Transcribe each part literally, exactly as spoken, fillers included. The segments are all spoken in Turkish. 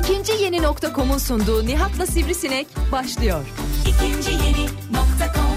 ikinci yeni nokta com'un sunduğu Nihat'la Sivrisinek başlıyor. ikinci yeni nokta com.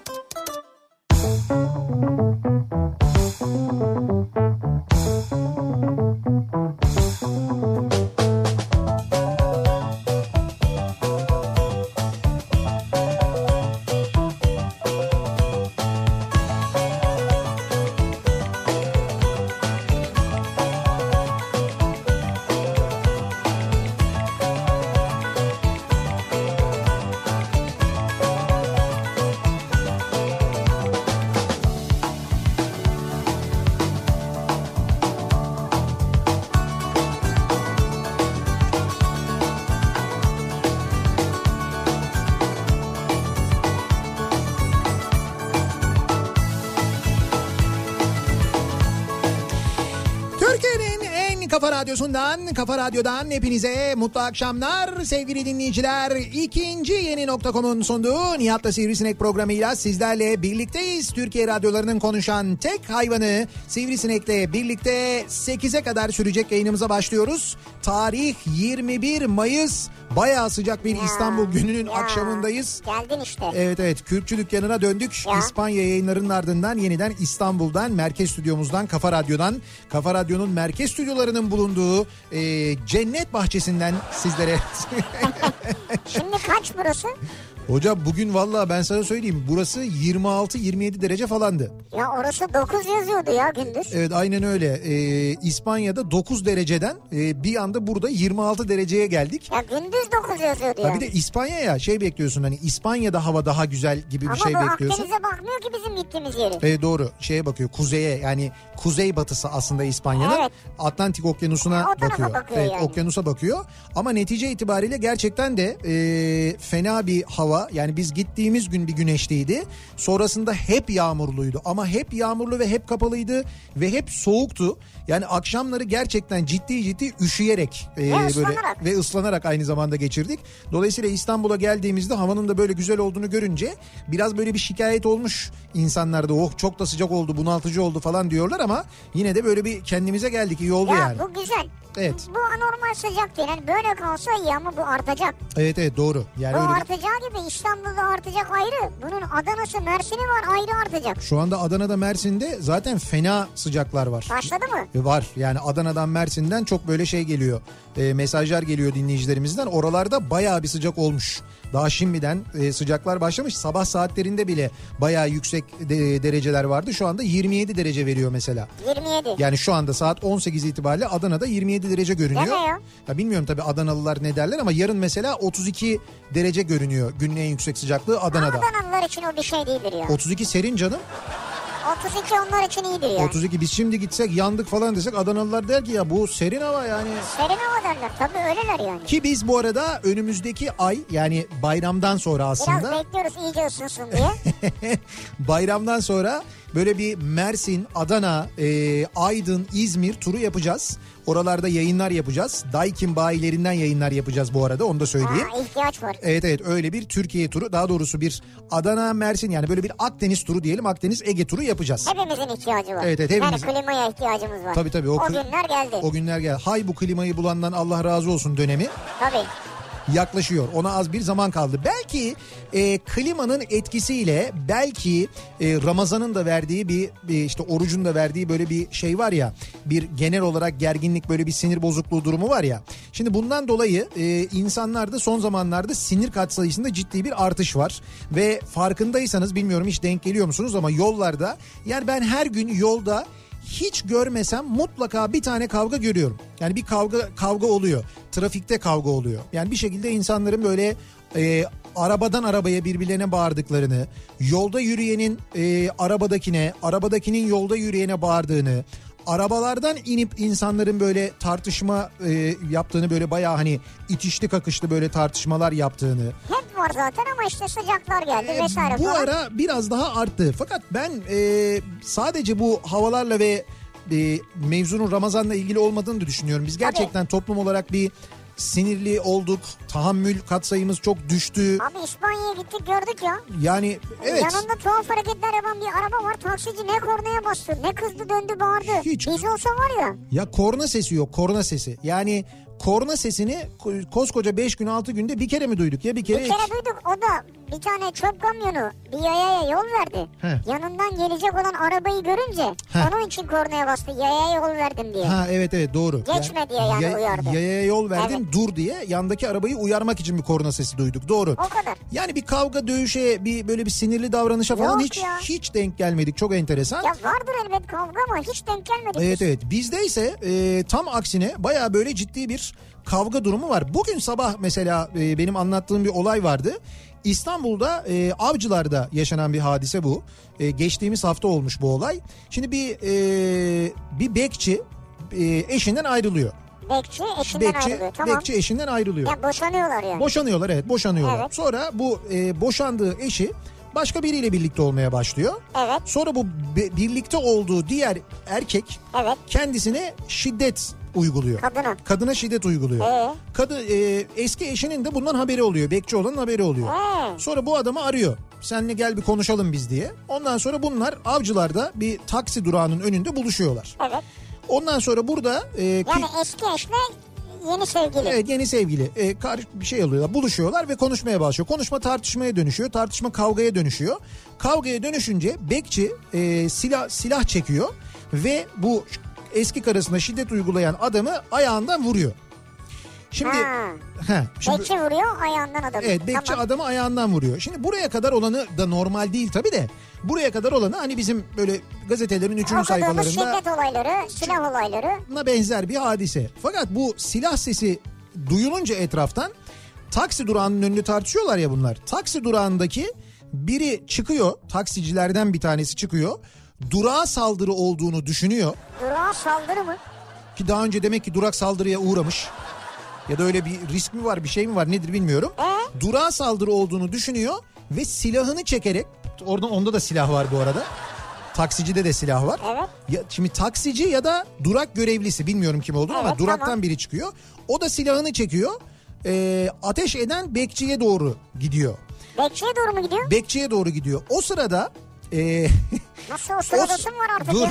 Kafa Radyosu'ndan, Kafa Radyo'dan hepinize mutlu akşamlar sevgili dinleyiciler. İkinci yeni nokta com'un sunduğu Nihat'la Sivrisinek programıyla sizlerle birlikteyiz. Türkiye radyolarının konuşan tek hayvanı Sivrisinek'le birlikte sekize kadar sürecek yayınımıza başlıyoruz. Tarih yirmi bir Mayıs. Bayağı sıcak bir ya, İstanbul gününün ya, akşamındayız. Geldin işte. Evet evet, Kürkçü dükkanına döndük. Ya. İspanya yayınlarının ardından yeniden İstanbul'dan, merkez stüdyomuzdan, Kafa Radyo'dan, Kafa Radyo'nun merkez stüdyolarının bulunduğu e, cennet bahçesinden sizlere. Şimdi kaç burası? Hocam bugün vallahi ben sana söyleyeyim, burası yirmi altı yirmi yedi derece falandı. Ya orası dokuz yazıyordu ya gündüz. Evet aynen öyle. Ee, İspanya'da dokuz dereceden e, bir anda burada yirmi altı dereceye geldik. Ya gündüz dokuz yazıyordu ya. Bir de İspanya'ya şey bekliyorsun, hani İspanya'da hava daha güzel gibi bir ama şey bekliyorsun. Ama bu Akdeniz'e bakmıyor ki bizim gittiğimiz yeri. Evet doğru, şeye bakıyor, kuzeye, yani kuzey batısı aslında İspanya'nın. Evet. Atlantik Okyanusu'na ya, bakıyor. bakıyor evet, yani. Okyanusa bakıyor ama netice itibariyle gerçekten de e, fena bir hava. Yani biz gittiğimiz gün bir güneşliydi. Sonrasında hep yağmurluydu ama hep yağmurlu ve hep kapalıydı ve hep soğuktu. Yani akşamları gerçekten ciddi ciddi üşüyerek e, ve böyle ıslanarak. ve ıslanarak aynı zamanda geçirdik. Dolayısıyla İstanbul'a geldiğimizde havanın da böyle güzel olduğunu görünce biraz böyle bir şikayet olmuş insanlarda. Oh çok da sıcak oldu, bunaltıcı oldu falan diyorlar ama yine de böyle bir kendimize geldik, iyi oldu ya, yani. Bu güzel. Evet. Bu anormal sıcak değil. Yani böyle kalsa iyi ama bu artacak. Evet evet doğru. Yani bu öyle artacağı bir... gibi İstanbul'da artacak ayrı. Bunun Adana'sı, Mersin'i var, ayrı artacak. Şu anda Adana'da, Mersin'de zaten fena sıcaklar var. Başladı mı? Var. Yani Adana'dan, Mersin'den çok böyle şey geliyor. E, mesajlar geliyor dinleyicilerimizden. Oralarda bayağı bir sıcak olmuş. Daha şimdiden e, sıcaklar başlamış. Sabah saatlerinde bile bayağı yüksek de, dereceler vardı. Şu anda yirmi yedi derece veriyor mesela. yirmi yedi. Yani şu anda saat on sekiz itibariyle Adana'da yirmi yedi derece görünüyor. Deme ya. Ya bilmiyorum tabii Adanalılar ne derler ama yarın mesela otuz iki derece görünüyor. Günün en yüksek sıcaklığı Adana'da. Adanalılar için o bir şey değildir ya. otuz iki serin canım. otuz iki onlar için iyidir ya. otuz iki biz şimdi gitsek yandık falan desek Adanalılar der ki ya bu serin hava yani. Serin hava derler tabii, öyleler yani. Ki biz bu arada önümüzdeki ay, yani bayramdan sonra aslında. Biraz bekliyoruz iyice ısınsın diye. Bayramdan sonra böyle bir Mersin, Adana, e, Aydın, İzmir turu yapacağız. Oralarda yayınlar yapacağız. Daikin bayilerinden yayınlar yapacağız bu arada, onu da söyleyeyim. Ha, ihtiyaç var. Evet evet, öyle bir Türkiye turu, daha doğrusu bir Adana, Mersin, yani böyle bir Akdeniz turu diyelim, Akdeniz Ege turu yapacağız. Hepimizin ihtiyacı var. Evet evet, hepimizin. Yani klimaya ihtiyacımız var. Tabii tabii. O, o günler geldi. O günler geldi. Hay bu klimayı bulandan Allah razı olsun dönemi. Tabii. Yaklaşıyor. Ona az bir zaman kaldı. Belki e, klimanın etkisiyle, belki e, Ramazan'ın da verdiği bir, bir işte orucun da verdiği böyle bir şey var ya, bir genel olarak gerginlik, böyle bir sinir bozukluğu durumu var ya. Şimdi bundan dolayı e, insanlarda son zamanlarda sinir katsayısında ciddi bir artış var ve farkındaysanız, bilmiyorum hiç denk geliyor musunuz ama yollarda, yani ben her gün yolda hiç görmesem mutlaka bir tane kavga görüyorum. Yani bir kavga kavga oluyor. Trafikte kavga oluyor. Yani bir şekilde insanların böyle e, arabadan arabaya birbirlerine bağırdıklarını, yolda yürüyenin e, arabadakine, arabadakinin yolda yürüyene bağırdığını, arabalardan inip insanların böyle tartışma e, yaptığını, böyle bayağı hani itişli kakışlı böyle tartışmalar yaptığını. Hep var zaten ama işte sıcaklar geldi e, vesaire bu falan. Bu ara biraz daha arttı. Fakat ben e, sadece bu havalarla ve e, mevzunun Ramazan'la ilgili olmadığını da düşünüyorum. Biz gerçekten Tabii. toplum olarak bir sinirli olduk. Tahammül katsayımız çok düştü. Abi İspanya'ya gittik gördük ya. Yani evet. Yanında tuhaf hareketler yapan bir araba var. Taksici ne kornaya bastı, ne kızdı, döndü, bağırdı. Hiç. Biz olsa var ya. Ya korna sesi yok, korna sesi. Yani korna sesini koskoca beş gün altı günde bir kere mi duyduk ya bir kere? Bir kere duyduk, o da bir tane çöp kamyonu bir yayaya yol verdi. He. Yanından gelecek olan arabayı görünce He. onun için kornaya bastı, yayaya yol verdim diye. Ha evet evet doğru. Geçme diye yani ya, uyardı. Yayaya yol verdin Evet. dur diye yandaki arabayı uyarmak için bir korna sesi duyduk, doğru. O kadar. Yani bir kavga dövüşe bir böyle bir sinirli davranışa falan Yok hiç ya. hiç denk gelmedik, çok enteresan. Ya vardır elbet kavga ama hiç denk gelmedik. Evet biz. evet bizde ise e, tam aksine baya böyle ciddi bir kavga durumu var. Bugün sabah mesela e, benim anlattığım bir olay vardı. İstanbul'da e, Avcılar'da yaşanan bir hadise bu. E, geçtiğimiz hafta olmuş bu olay. Şimdi bir e, bir bekçi e, eşinden ayrılıyor. Bekçi eşinden Bekçi, ayrılıyor. Tamam. bekçi eşinden ayrılıyor. Ya boşanıyorlar yani. Boşanıyorlar evet boşanıyorlar. Evet. Sonra bu e, boşandığı eşi başka biriyle birlikte olmaya başlıyor. Evet. Sonra bu be- birlikte olduğu diğer erkek Evet. kendisine şiddet uyguluyor. Kadına. Kadına şiddet uyguluyor. Ee? Kadı e, eski eşinin de bundan haberi oluyor. Bekçi olanın haberi oluyor. Ee? Sonra bu adamı arıyor. Seninle gel bir konuşalım biz diye. Ondan sonra bunlar Avcılar'da bir taksi durağının önünde buluşuyorlar. Evet. Ondan sonra burada e, Yani ki- eski eşle yeni sevgili. evet yeni sevgili e, kar bir şey alıyorlar, buluşuyorlar ve konuşmaya başlıyor. Konuşma tartışmaya dönüşüyor. Tartışma kavgaya dönüşüyor. Kavgaya dönüşünce bekçi e, silah silah çekiyor ve bu eski karısına şiddet uygulayan adamı ayağından vuruyor. Şimdi, Ha. he, şimdi Bekçi vuruyor ayağından adamı. evet bekçi Tamam. adamı ayağından vuruyor. Şimdi buraya kadar olanı da normal değil tabii de. Buraya kadar olanı hani bizim böyle gazetelerin üçüncü Okudığımız sayfalarında şiddet olayları, silah olayları. buna benzer bir hadise. Fakat bu silah sesi duyulunca etraftan taksi durağının önünde tartışıyorlar ya bunlar. Taksi durağındaki biri çıkıyor, taksicilerden bir tanesi çıkıyor. Durağa saldırı olduğunu düşünüyor. Durağa saldırı mı? Ki daha önce demek ki durak saldırıya uğramış. Ya da öyle bir risk mi var, bir şey mi var, nedir bilmiyorum. Ee? Durağa saldırı olduğunu düşünüyor ve silahını çekerek, oradan onda da silah var bu arada. Taksicide de silah var. Evet. Ya, şimdi taksici ya da durak görevlisi, bilmiyorum kim olduğunu ama Evet, duraktan tamam. biri çıkıyor. O da silahını çekiyor. Ee, ateş eden bekçiye doğru gidiyor. Bekçiye doğru mu gidiyor? Bekçiye doğru gidiyor. O sırada... ee, Nasıl o sıradasın var artık dur. ya?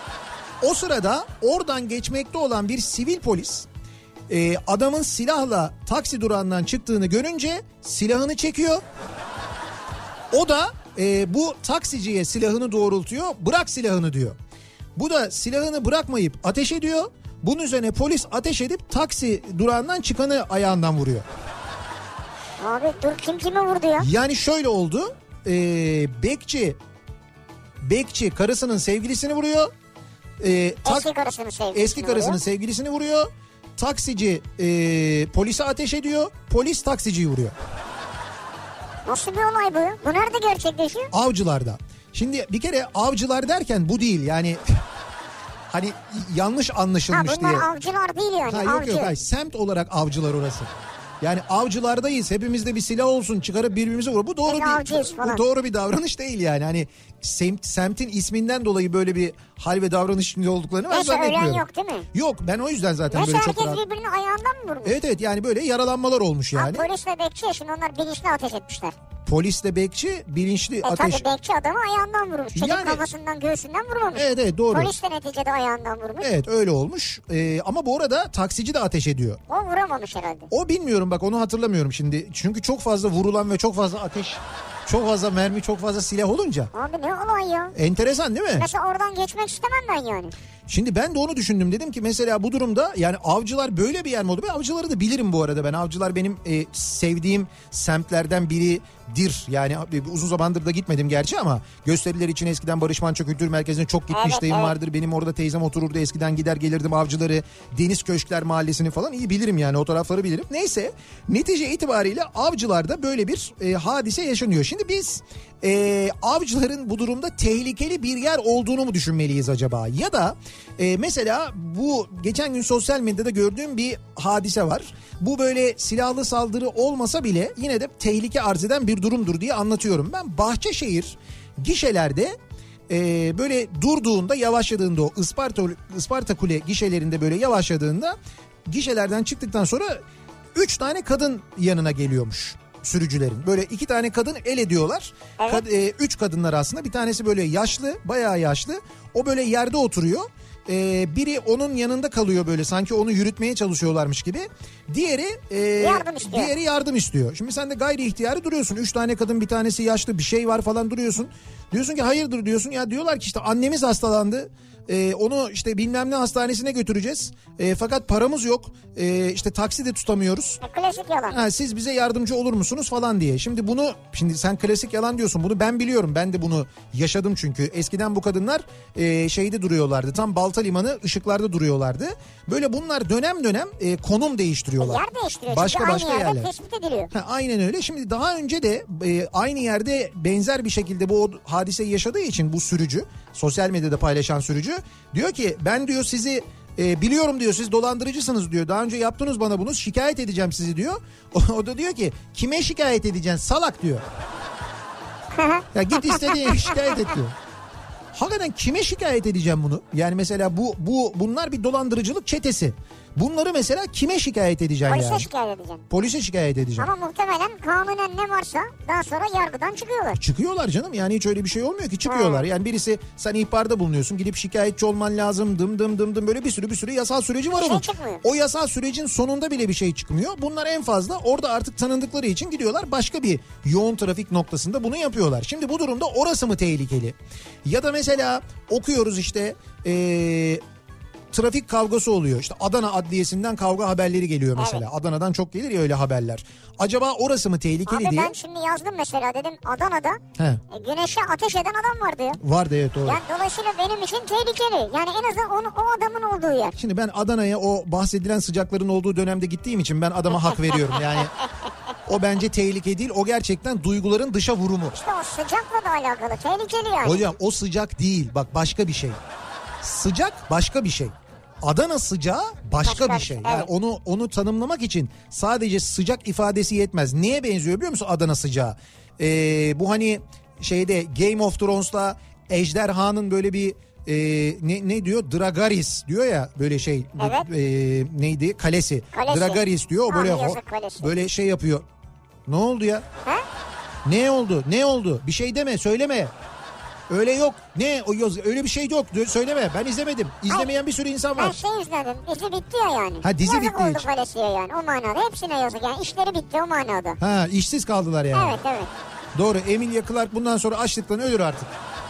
O sırada oradan geçmekte olan bir sivil polis e, adamın silahla taksi durağından çıktığını görünce silahını çekiyor. O da e, bu taksiciye silahını doğrultuyor. Bırak silahını diyor. Bu da silahını bırakmayıp ateş ediyor. Bunun üzerine polis ateş edip taksi durağından çıkanı ayağından vuruyor. Abi dur, kim kime vurdu ya? Yani şöyle oldu. E, bekçi bekçi karısının sevgilisini vuruyor. E, tak- Eski karısının sevgilisini Eski karısının vuruyor. sevgilisini vuruyor. Taksici e, polise ateş ediyor. Polis taksiciyi vuruyor. Nasıl bir olay bu? Bu nerede gerçekleşiyor? Avcılarda. Şimdi bir kere avcılar derken bu değil. Yani hani yanlış Ha anlaşılmış bunlar diye. avcılar değil yani. Ha, yok avcı. yok hayır. Semt olarak avcılar orası. Yani avcılardayız. Hepimizde bir silah olsun, çıkarıp birbirimize vur. Bu doğru Biz bir avcıyız falan. bu doğru bir davranış değil yani. Hani semt, semtin isminden dolayı böyle bir hal ve davranış içinde olduklarını ben Neyse zannetmiyorum. ölen yok değil mi? Yok, ben o yüzden zaten Neyse böyle çok herkes rahat. birbirini ayağından mı vurmuş? Evet evet yani böyle yaralanmalar olmuş yani. Ha, polisle bekçi ya, şimdi onlar bilinçli ateş etmişler. Polisle bekçi bilinçli E ateş. tabii bekçi adamı ayağından vurmuş. Çelik Yani- kafasından göğsünden vurmamış. Evet evet doğru. Polis de neticede ayağından vurmuş. Evet öyle olmuş. Ee, ama bu arada taksici de ateş ediyor. O vuramamış herhalde. O bilmiyorum bak, onu hatırlamıyorum şimdi. Çünkü çok fazla vurulan ve çok fazla ateş, çok fazla mermi, çok fazla silah olunca. Abi ne olay ya? Enteresan değil mi? Mesela oradan geçmek istemem ben yani. Şimdi ben de onu düşündüm. Dedim ki mesela bu durumda yani avcılar böyle bir yer mi oldu? Ben avcıları da bilirim bu arada. Ben avcılar benim e, sevdiğim semtlerden biridir. Yani e, uzun zamandır da gitmedim gerçi ama gösteriler için eskiden Barış Manço Kültür Merkezi'ne çok gitmişliğim Evet, evet. vardır. Benim orada teyzem otururdu. Eskiden gider gelirdim avcıları. Deniz Köşkler Mahallesi'ni falan iyi bilirim yani, o tarafları bilirim. Neyse netice itibariyle avcılarda böyle bir e, hadise yaşanıyor. Şimdi biz e, avcıların bu durumda tehlikeli bir yer olduğunu mu düşünmeliyiz acaba? Ya da e, mesela bu geçen gün sosyal medyada gördüğüm bir hadise var. Bu böyle silahlı saldırı olmasa bile yine de tehlike arz eden bir durumdur diye anlatıyorum. Ben Bahçeşehir gişelerde e, böyle durduğunda, yavaşladığında, o Isparta, Isparta Kule gişelerinde böyle yavaşladığında gişelerden çıktıktan sonra üç tane kadın yanına geliyormuş sürücülerin. Böyle iki tane kadın el ediyorlar. Evet. Kad, e, üç kadınlar aslında. Bir tanesi böyle yaşlı, bayağı yaşlı. O böyle yerde oturuyor. e, biri onun yanında kalıyor böyle sanki onu yürütmeye çalışıyorlarmış gibi. Diğeri e, Yardım istiyor. diğeri yardım istiyor. Şimdi sen de gayri ihtiyari duruyorsun. Üç tane kadın, bir tanesi yaşlı, bir şey var falan duruyorsun. Diyorsun ki hayırdır diyorsun. Ya diyorlar ki işte annemiz hastalandı. Ee, onu işte bilmem ne hastanesine götüreceğiz. Ee, fakat paramız yok. Ee, işte taksi de tutamıyoruz. E, klasik yalan. Ha, siz bize yardımcı olur musunuz falan diye. Şimdi bunu, şimdi sen klasik yalan diyorsun. Bunu ben biliyorum. Ben de bunu yaşadım çünkü. Eskiden bu kadınlar e, şeyde duruyorlardı. Tam Balta Limanı ışıklarda duruyorlardı. Böyle bunlar dönem dönem e, konum değiştiriyorlar. E, yer değiştiriyor. Başka Çünkü başka aynı yerde yerler. tespit ediliyor. Ha, aynen öyle. Şimdi daha önce de e, aynı yerde benzer bir şekilde bu hadiseyi yaşadığı için bu sürücü, sosyal medyada paylaşan sürücü diyor ki ben diyor sizi e, biliyorum diyor, siz dolandırıcısınız diyor. Daha önce yaptınız bana bunu, şikayet edeceğim sizi diyor. O, o da diyor ki kime şikayet edeceksin salak diyor. Ya git istediğin şikayet et diyor. Hakikaten kime şikayet edeceğim bunu? Yani mesela bu bu bunlar bir dolandırıcılık çetesi. Bunları mesela kime şikayet edeceksin Polise yani? şikayet edeceğim. Polise şikayet edeceğim. Ama muhtemelen kanunen ne varsa daha sonra yargıdan çıkıyorlar. Çıkıyorlar canım, yani hiç öyle bir şey olmuyor ki, çıkıyorlar. Ha. Yani birisi, sen ihbarda bulunuyorsun, gidip şikayetçi olman lazım, dım dım dım dım, böyle bir sürü bir sürü yasal süreci var Bir şey onun. çıkmıyor. O yasal sürecin sonunda bile bir şey çıkmıyor. Bunlar en fazla orada artık tanındıkları için gidiyorlar başka bir yoğun trafik noktasında bunu yapıyorlar. Şimdi bu durumda orası mı tehlikeli? Ya da mesela okuyoruz işte eee trafik kavgası oluyor. İşte Adana Adliyesi'nden kavga haberleri geliyor mesela. Evet. Adana'dan çok gelir ya öyle haberler. Acaba orası mı tehlikeli Abi diye? ben şimdi yazdım mesela, dedim Adana'da He. e, güneşe ateş eden adam vardı ya. Vardı, evet, doğru. Yani dolayısıyla benim için tehlikeli. Yani en azından onu, o adamın olduğu yer. Şimdi ben Adana'ya o bahsedilen sıcakların olduğu dönemde gittiğim için ben adama hak veriyorum. Yani o bence tehlike değil. O gerçekten duyguların dışa vurumu. İşte o sıcakla da alakalı. Tehlikeli yani. Hocam o sıcak değil. Bak başka bir şey. Sıcak başka bir şey. Adana sıcağı başka Başka, bir şey. Yani evet. onu onu tanımlamak için sadece sıcak ifadesi yetmez. Neye benziyor biliyor musun Adana sıcağı? Ee, bu hani şeyde Game of Thrones'ta ejderhanın böyle bir e, ne ne diyor? Dragaris diyor ya, böyle şey. Evet. E, neydi? Kalesi. Kalesi. Dragaris diyor. O böyle Ah, yazık kalesi. böyle şey yapıyor. Ne oldu ya? He? Ne oldu? Ne oldu? Bir şey deme, söyleme. Öyle yok. Ne o yoz? Öyle bir şey yok. Söyleme. Ben izlemedim. İzlemeyen bir sürü insan Ben var. şey izledim. Dizi bitti ya yani. Ha, dizi yazık bitti oldu hiç. Kalesi'ye yani. O manada. Hepsine yazık yani. İşleri bitti o manada. Ha, işsiz kaldılar yani. Evet evet. Doğru. Emilia Clarke bundan sonra açlıktan ölür artık.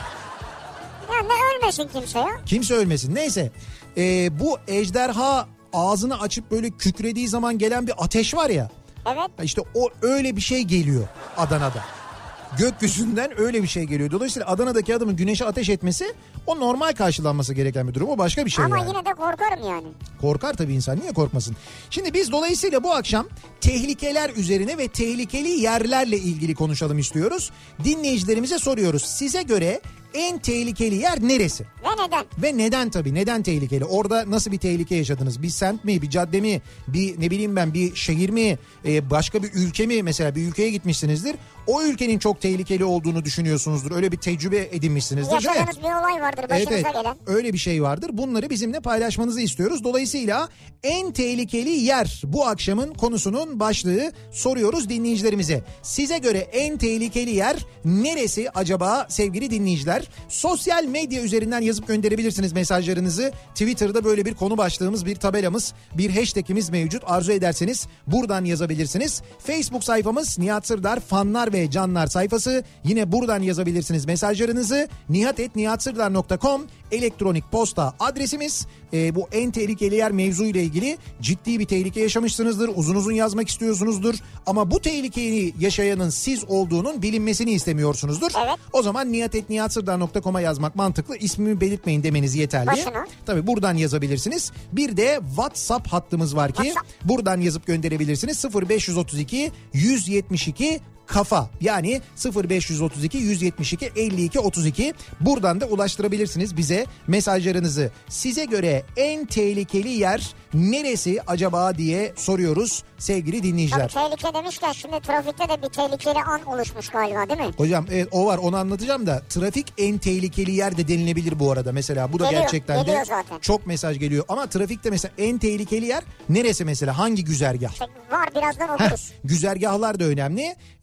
Yani ne ölmesin kimse ya. Kimse ölmesin. Neyse. Ee, bu ejderha ağzını açıp böyle kükrediği zaman gelen bir ateş var ya. Evet. İşte o öyle bir şey geliyor Adana'da. Gökyüzünden öyle bir şey geliyor. Dolayısıyla Adana'daki adamın güneşe ateş etmesi o normal karşılanması gereken bir durum. O başka bir şey Ama yani. yine de korkarım yani. Korkar tabii insan, niye korkmasın? Şimdi biz dolayısıyla bu akşam tehlikeler üzerine ve tehlikeli yerlerle ilgili konuşalım istiyoruz. Dinleyicilerimize soruyoruz. Size göre en tehlikeli yer neresi? Ve neden? Ve neden tabii? Neden tehlikeli? Orada nasıl bir tehlike yaşadınız? Bir semt mi? Bir cadde mi? Bir ne bileyim ben bir şehir mi? Ee, başka bir ülke mi? Mesela bir ülkeye gitmişsinizdir. O ülkenin çok tehlikeli olduğunu düşünüyorsunuzdur. Öyle bir tecrübe edinmişsinizdir. değil mi? Yaşadığınız bir olay vardır Evet, başınıza evet. gelen. Öyle bir şey vardır. Bunları bizimle paylaşmanızı istiyoruz. Dolayısıyla en tehlikeli yer bu akşamın konusunun başlığı. Soruyoruz dinleyicilerimize. Size göre en tehlikeli yer neresi acaba sevgili dinleyiciler? Sosyal medya üzerinden yazıp gönderebilirsiniz mesajlarınızı. Twitter'da böyle bir konu başlığımız, bir tabelamız, bir hashtagimiz mevcut. Arzu ederseniz buradan yazabilirsiniz. Facebook sayfamız Nihat Sırdar fanlar ve canlar sayfası. Yine buradan yazabilirsiniz mesajlarınızı. nihat et nihat sırdar nokta com elektronik posta adresimiz. Ee, bu en tehlikeli yer mevzu ile ilgili ciddi bir tehlike yaşamışsınızdır. Uzun uzun yazmak istiyorsunuzdur. Ama bu tehlikeyi yaşayanın siz olduğunun bilinmesini istemiyorsunuzdur. Evet. O zaman nihat et nihat sırdar nokta com'a yazmak mantıklı. İsmimi belirtmeyin demeniz yeterli. Başına. Tabii buradan yazabilirsiniz. Bir de WhatsApp hattımız var ki WhatsApp. buradan yazıp gönderebilirsiniz. sıfır beş otuz iki yüz yetmiş iki kafa, yani sıfır beş otuz iki yüz yetmiş iki elli iki otuz iki, buradan da ulaştırabilirsiniz bize mesajlarınızı. Size göre en tehlikeli yer neresi acaba diye soruyoruz sevgili dinleyiciler. Tabii tehlike demişken şimdi trafikte de bir tehlikeli an oluşmuş galiba değil mi? Hocam evet, o var, onu anlatacağım da trafik en tehlikeli yer de denilebilir bu arada. Mesela bu da Geliyor, gerçekten de geliyor zaten. çok mesaj geliyor. Ama trafikte mesela en tehlikeli yer neresi mesela? Hangi güzergah? İşte var, birazdan Heh, okuruz. güzergahlar da önemli. Ee,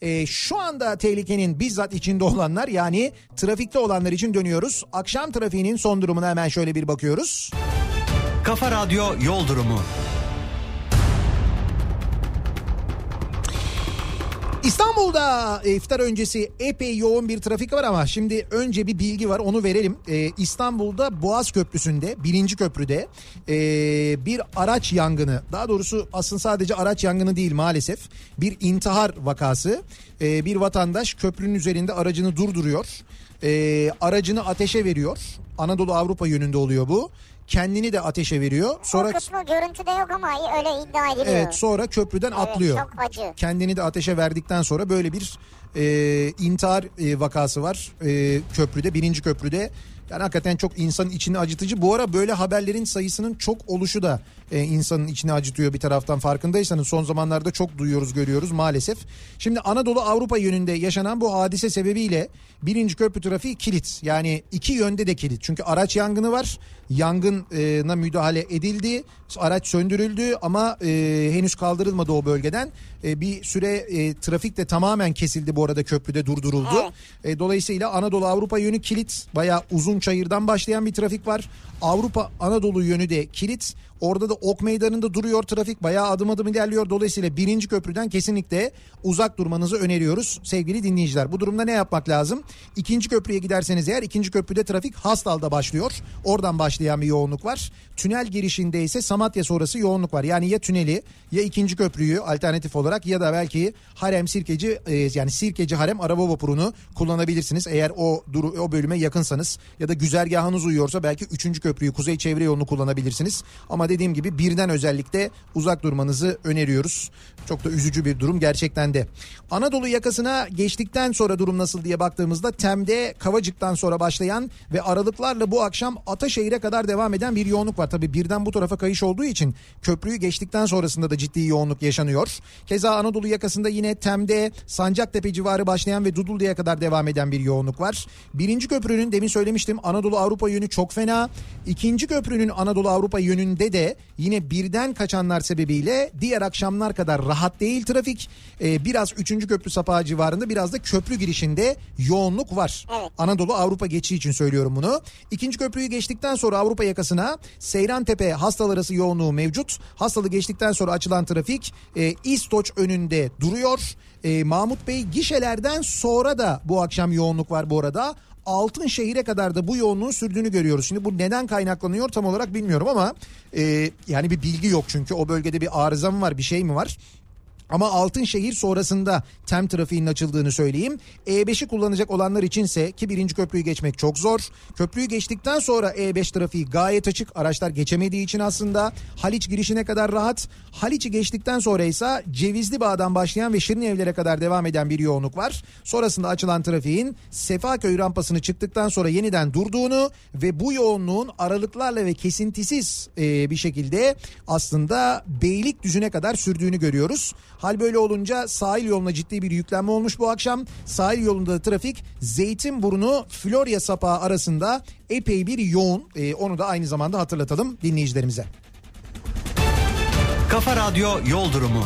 E, şu anda tehlikenin bizzat içinde olanlar, yani trafikte olanlar için dönüyoruz. Akşam trafiğinin son durumuna hemen şöyle bir bakıyoruz. Kafa Radyo Yol Durumu. İstanbul'da iftar öncesi epey yoğun bir trafik var ama şimdi önce bir bilgi var, onu verelim. Ee, İstanbul'da Boğaz Köprüsü'nde, birinci köprüde ee, bir araç yangını, daha doğrusu aslında sadece araç yangını değil maalesef, bir intihar vakası. Ee, bir vatandaş köprünün üzerinde aracını durduruyor, ee, aracını ateşe veriyor. Anadolu Avrupa yönünde oluyor bu. Kendini de ateşe veriyor. Sonra o kısmı görüntüde yok ama öyle iddia ediliyor. Evet, sonra köprüden evet, atlıyor. Çok acı. Kendini de ateşe verdikten sonra böyle bir e, intihar e, vakası var e, köprüde, birinci köprüde. Yani hakikaten çok insanın içini acıtıcı. Bu ara böyle haberlerin sayısının çok oluşu da e, insanın içini acıtıyor bir taraftan, farkındaysanız. Son zamanlarda çok duyuyoruz, görüyoruz maalesef. Şimdi Anadolu Avrupa yönünde yaşanan bu hadise sebebiyle birinci köprü trafiği kilit. Yani iki yönde de kilit. Çünkü araç yangını var. Yangına müdahale edildi. Araç söndürüldü ama e, henüz kaldırılmadı o bölgeden. E, bir süre e, trafik de tamamen kesildi, bu arada köprüde durduruldu. Evet. E, dolayısıyla Anadolu Avrupa yönü kilit. Bayağı Uzunçayır'dan başlayan bir trafik var. Avrupa Anadolu yönü de kilit. Orada da Ok Meydanı'nda duruyor trafik. Bayağı adım adım ilerliyor. Dolayısıyla birinci köprüden kesinlikle uzak durmanızı öneriyoruz sevgili dinleyiciler. Bu durumda ne yapmak lazım? İkinci köprüye giderseniz eğer, ikinci köprüde trafik Hastal'da başlıyor. Oradan başlayan bir yoğunluk var. Tünel girişinde ise Samatya sonrası yoğunluk var. Yani ya tüneli ya ikinci köprüyü alternatif olarak ya da belki Harem Sirkeci e, yani Sirkeci Harem araba vapurunu kullanabilirsiniz. Eğer o duru, o bölüme yakınsanız ya da güzergahınız uyuyorsa belki üçüncü köprüyü, Kuzey Çevre Yolunu kullanabilirsiniz. Ama dediğim gibi birden özellikle uzak durmanızı öneriyoruz. Çok da üzücü bir durum gerçekten de. Anadolu yakasına geçtikten sonra durum nasıl diye baktığımızda Tem'de Kavacık'tan sonra başlayan ve aralıklarla bu akşam Ataşehir'e kadar devam eden bir yoğunluk var. Tabii birden bu tarafa kayış olduğu için köprüyü geçtikten sonrasında da ciddi yoğunluk yaşanıyor. Keza Anadolu yakasında yine Tem'de Sancaktepe civarı başlayan ve Dudullu'ya kadar devam eden bir yoğunluk var. Birinci köprünün, demin söylemiştim, Anadolu Avrupa yönü çok fena. İkinci köprünün Anadolu Avrupa yönünde de yine birden kaçanlar sebebiyle diğer akşamlar kadar rahat değil trafik. Ee, biraz üçüncü köprü sapağı civarında, biraz da köprü girişinde yoğunluk var. Evet. Anadolu Avrupa geçişi için söylüyorum bunu. İkinci köprüyü geçtikten sonra Avrupa yakasına Seyrantepe Hastal arası yoğunluğu mevcut. Hastalı geçtikten sonra açılan trafik e, İstoç önünde duruyor. E, Mahmut Bey gişelerden sonra da bu akşam yoğunluk var bu arada. Altınşehir'e kadar da bu yoğunluğun sürdüğünü görüyoruz. Şimdi bu neden kaynaklanıyor tam olarak bilmiyorum ama e, yani bir bilgi yok, çünkü o bölgede bir arıza mı var, bir şey mi var? Ama Altınşehir sonrasında Tem trafiğinin açıldığını söyleyeyim. E beşi kullanacak olanlar içinse, ki birinci köprüyü geçmek çok zor. Köprüyü geçtikten sonra E beş trafiği gayet açık. Araçlar geçemediği için aslında Haliç girişine kadar rahat. Haliç'i geçtikten sonra ise Cevizli Bağ'dan başlayan ve Şirinevler'e kadar devam eden bir yoğunluk var. Sonrasında açılan trafiğin Sefaköy rampasını çıktıktan sonra yeniden durduğunu ve bu yoğunluğun aralıklarla ve kesintisiz e, bir şekilde aslında Beylikdüzü'ne kadar sürdüğünü görüyoruz. Hal böyle olunca sahil yoluna ciddi bir yüklenme olmuş bu akşam. Sahil yolunda da trafik Zeytinburnu Florya sapağı arasında epey bir yoğun. Ee, onu da aynı zamanda hatırlatalım dinleyicilerimize. Kafa Radyo Yol Durumu.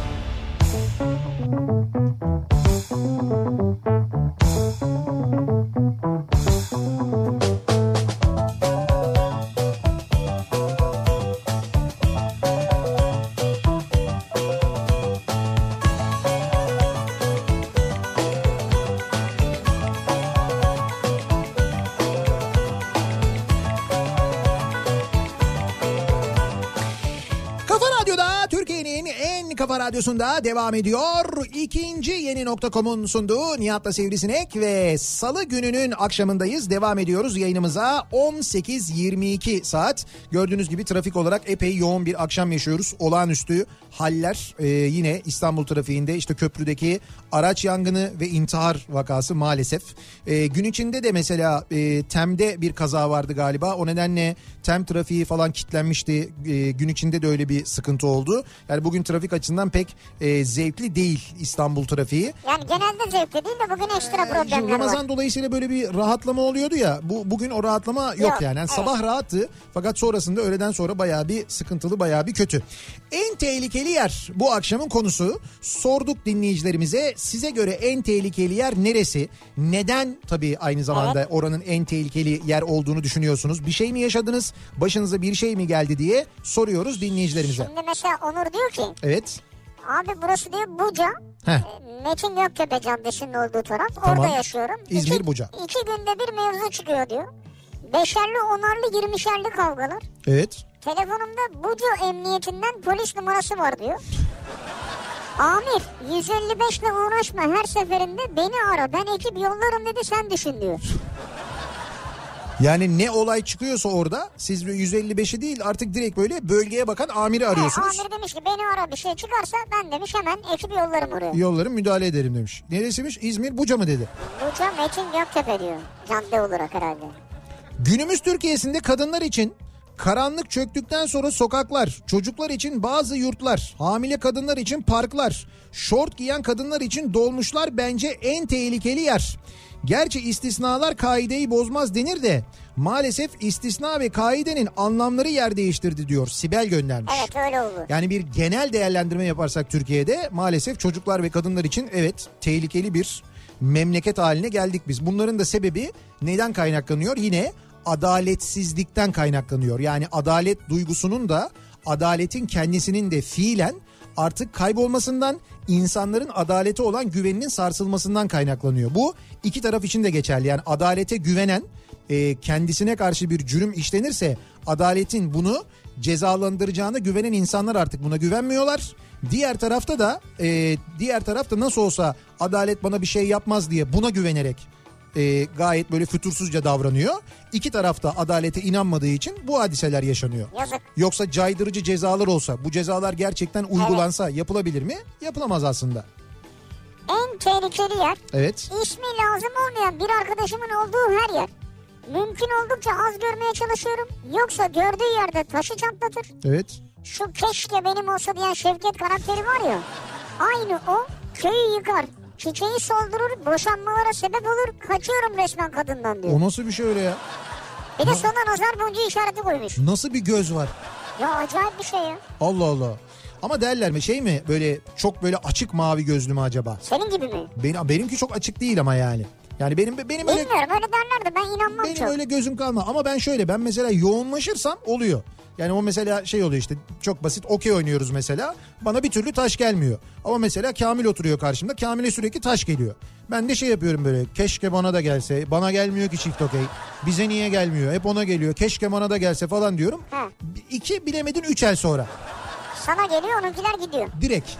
Kafa Radyosu'nda devam ediyor. İkinci yeni nokta com'un sunduğu Nihat'la Sivrisinek ve Salı gününün akşamındayız. Devam ediyoruz yayınımıza. on sekiz yirmi iki saat. Gördüğünüz gibi trafik olarak epey yoğun bir akşam yaşıyoruz. Olağanüstü haller ee, yine İstanbul trafiğinde, işte köprüdeki araç yangını ve intihar vakası maalesef. Ee, gün içinde de mesela e, Tem'de bir kaza vardı galiba. O nedenle Tem trafiği falan kilitlenmişti. E, gün içinde de öyle bir sıkıntı oldu. Yani bugün trafik açısından açısından pek e, zevkli değil İstanbul trafiği. Yani genelde zevkli değil de bugün ekstra Ee, problemler var. Ramazan dolayısıyla böyle bir rahatlama oluyordu ya. Bu bugün o rahatlama yok, Yok, yani. yani evet. Sabah rahattı fakat sonrasında öğleden sonra bayağı bir sıkıntılı, bayağı bir kötü. En tehlikeli yer bu akşamın konusu. Sorduk dinleyicilerimize, size göre en tehlikeli yer neresi? Neden tabii aynı zamanda Evet. oranın en tehlikeli yer olduğunu düşünüyorsunuz? Bir şey mi yaşadınız? Başınıza bir şey mi geldi diye soruyoruz dinleyicilerimize. Şimdi mesela Onur diyor ki Evet. abi burası diyor Buca. Heh. E, Metin Göktepe Caddesi'nin olduğu taraf. Tamam. Orada yaşıyorum. İzmir, İki- Buca. İki günde bir mevzu çıkıyor diyor. Beşerli, onarlı, yirmişerli kavgalar. Evet. Telefonumda Buca Emniyetinden polis numarası var diyor. Amir yüz elli beş ile uğraşma, her seferinde beni ara, ben ekip yollarım dedi, sen düşün diyor. Yani ne olay çıkıyorsa orada siz yüz elli beşi değil artık direkt böyle bölgeye bakan amiri arıyorsunuz. He, amir demiş ki beni ara, bir şey çıkarsa ben demiş hemen ekip yollarım oraya. Yollarım, müdahale ederim demiş. Neresiymiş? İzmir, Buca mı dedi? Buca Metin Göktepe diyor. Cadde olarak herhalde. Günümüz Türkiye'sinde kadınlar için karanlık çöktükten sonra sokaklar, çocuklar için bazı yurtlar, hamile kadınlar için parklar, şort giyen kadınlar için dolmuşlar bence en tehlikeli yer. Gerçi istisnalar kaideyi bozmaz denir de maalesef istisna ve kaidenin anlamları yer değiştirdi diyor. Sibel göndermiş. Evet, öyle olur. Yani bir genel değerlendirme yaparsak Türkiye'de maalesef çocuklar ve kadınlar için evet tehlikeli bir memleket haline geldik biz. Bunların da sebebi neden kaynaklanıyor? Yine adaletsizlikten kaynaklanıyor. Yani adalet duygusunun da, adaletin kendisinin de fiilen artık kaybolmasından, insanların adalete olan güveninin sarsılmasından kaynaklanıyor. Bu iki taraf için de geçerli. Yani adalete güvenen, e, kendisine karşı bir cürüm işlenirse adaletin bunu cezalandıracağına güvenen insanlar artık buna güvenmiyorlar. Diğer tarafta da e, diğer tarafta nasıl olsa adalet bana bir şey yapmaz diye buna güvenerek e, gayet böyle fütursuzca davranıyor. İki tarafta adalete inanmadığı için bu hadiseler yaşanıyor. Yazık. Yoksa caydırıcı cezalar olsa, bu cezalar gerçekten uygulansa yapılabilir mi? Yapılamaz aslında. En tehlikeli yer, Evet. ismi lazım olmayan bir arkadaşımın olduğu her yer. Mümkün oldukça az görmeye çalışıyorum. Yoksa gördüğü yerde taşı çatlatır. Evet. Şu keşke benim olsa diyen Şevket karakteri var ya. Aynı o, köyü yıkar. Çiçeği soldurur, boşanmalara sebep olur. Kaçıyorum resmen kadından diyor. O nasıl bir şey öyle ya? Bir de sona nazar boncuğu işareti koymuş. Nasıl bir göz var? Ya acayip bir şey ya. Allah Allah. Ama derler mi şey mi, böyle çok böyle açık mavi gözlü mü acaba? Senin gibi mi? Benim, benimki çok açık değil ama yani. Yani benim benim öyle Bilmiyorum, öyle derler de ben inanmam benim çok. öyle gözüm kalma. Ama ben şöyle, ben mesela yoğunlaşırsam oluyor. Yani o mesela şey oluyor işte, çok basit okey oynuyoruz mesela. Bana bir türlü taş gelmiyor. Ama mesela Kamil oturuyor karşımda. Kamil'e sürekli taş geliyor. Ben de şey yapıyorum böyle, keşke bana da gelse. Bana gelmiyor ki çift okey. Bize niye gelmiyor? Hep ona geliyor. Keşke bana da gelse falan diyorum. Ha. İki bilemedin üç el sonra. Sana geliyor, onunkiler gidiyor. Direkt.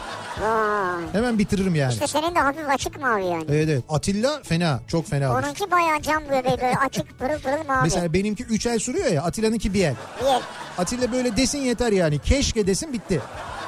Vay. Hemen bitiririm yani. İşte senin de hafif açık mavi yani. Evet evet. Atilla fena. Çok fena. olur. Onunki bayağı cam göbeği, böyle açık pırıl pırıl mavi. Mesela benimki üç el sürüyor ya, Atilla'nınki bir el. Bir el. Atilla böyle desin yeter yani. Keşke desin, bitti.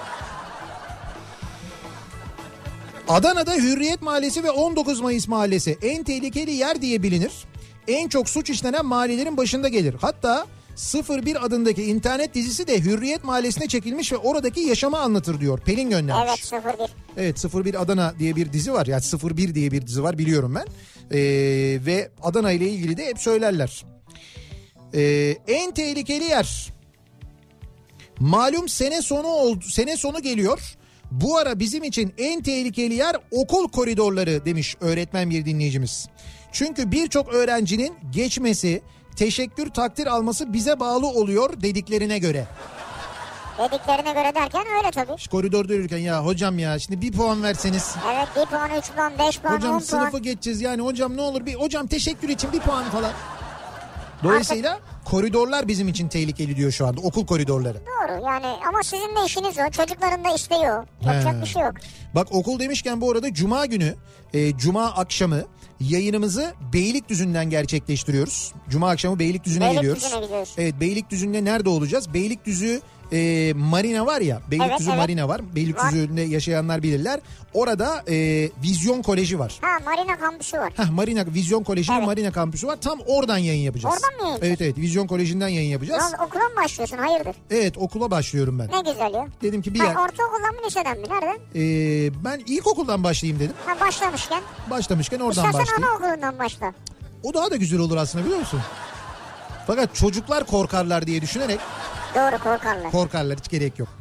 Adana'da Hürriyet Mahallesi ve on dokuz Mayıs Mahallesi en tehlikeli yer diye bilinir. En çok suç işlenen mahallelerin başında gelir. Hatta sıfır bir adındaki internet dizisi de Hürriyet Mahallesi'ne çekilmiş ve oradaki yaşamı anlatır diyor. Pelin göndermiş. Evet, sıfır bir. Evet, sıfır bir Adana diye bir dizi var. Yani sıfır bir diye bir dizi var, biliyorum ben. Ee, ve Adana ile ilgili de hep söylerler. Ee, en tehlikeli yer. Malum sene sonu oldu, sene sonu geliyor. Bu ara bizim için en tehlikeli yer okul koridorları demiş öğretmen bir dinleyicimiz. Çünkü birçok öğrencinin geçmesi, teşekkür takdir alması bize bağlı oluyor dediklerine göre. Dediklerine göre derken öyle tabii. İşte koridorda yürürken ya hocam ya şimdi bir puan verseniz. Evet, bir puan, üç puan, beş puan, Hocam on sınıfı puan. geçeceğiz yani, hocam ne olur bir, hocam teşekkür için bir puan falan. Dolayısıyla koridorlar bizim için tehlikeli diyor şu anda, okul koridorları. Doğru yani, ama sizin de işiniz o. Çocukların da isteği o. Yapacak He. bir şey yok. Bak okul demişken bu arada Cuma günü, e, Cuma akşamı yayınımızı Beylikdüzü'nden gerçekleştiriyoruz. Cuma akşamı Beylikdüzü'ne Beylikdüzü'ne geliyoruz. gidiyoruz. Evet, Beylikdüzü'nde nerede olacağız? Beylikdüzü e, marina var ya, Beylikdüzü Evet, evet. marina var. Beylikdüzü'nde yaşayanlar bilirler. Orada e, Vizyon Koleji var. Ha, Marina kampüsü var. Heh, Marina Vizyon Koleji'nin Evet. Marina kampüsü var. Tam oradan yayın yapacağız. Oradan mı yayın Evet evet, Vizyon Koleji'nden yayın yapacağız. Lan okula mı başlıyorsun? Hayırdır? Evet, okula başlıyorum ben. Ne güzel ya. Dedim ki bir yer... Ha, ortaokuldan mı liseden mi? Nereden? e, ben ilkokuldan başlayayım dedim. Ha, başlamışken. Başlamışken oradan İstersen başlayayım. anaokulundan başla. O daha da güzel olur aslında, biliyor musun? Fakat çocuklar korkarlar diye düşünerek Doğru, korkarlar. korkarlar, hiç gerek yok.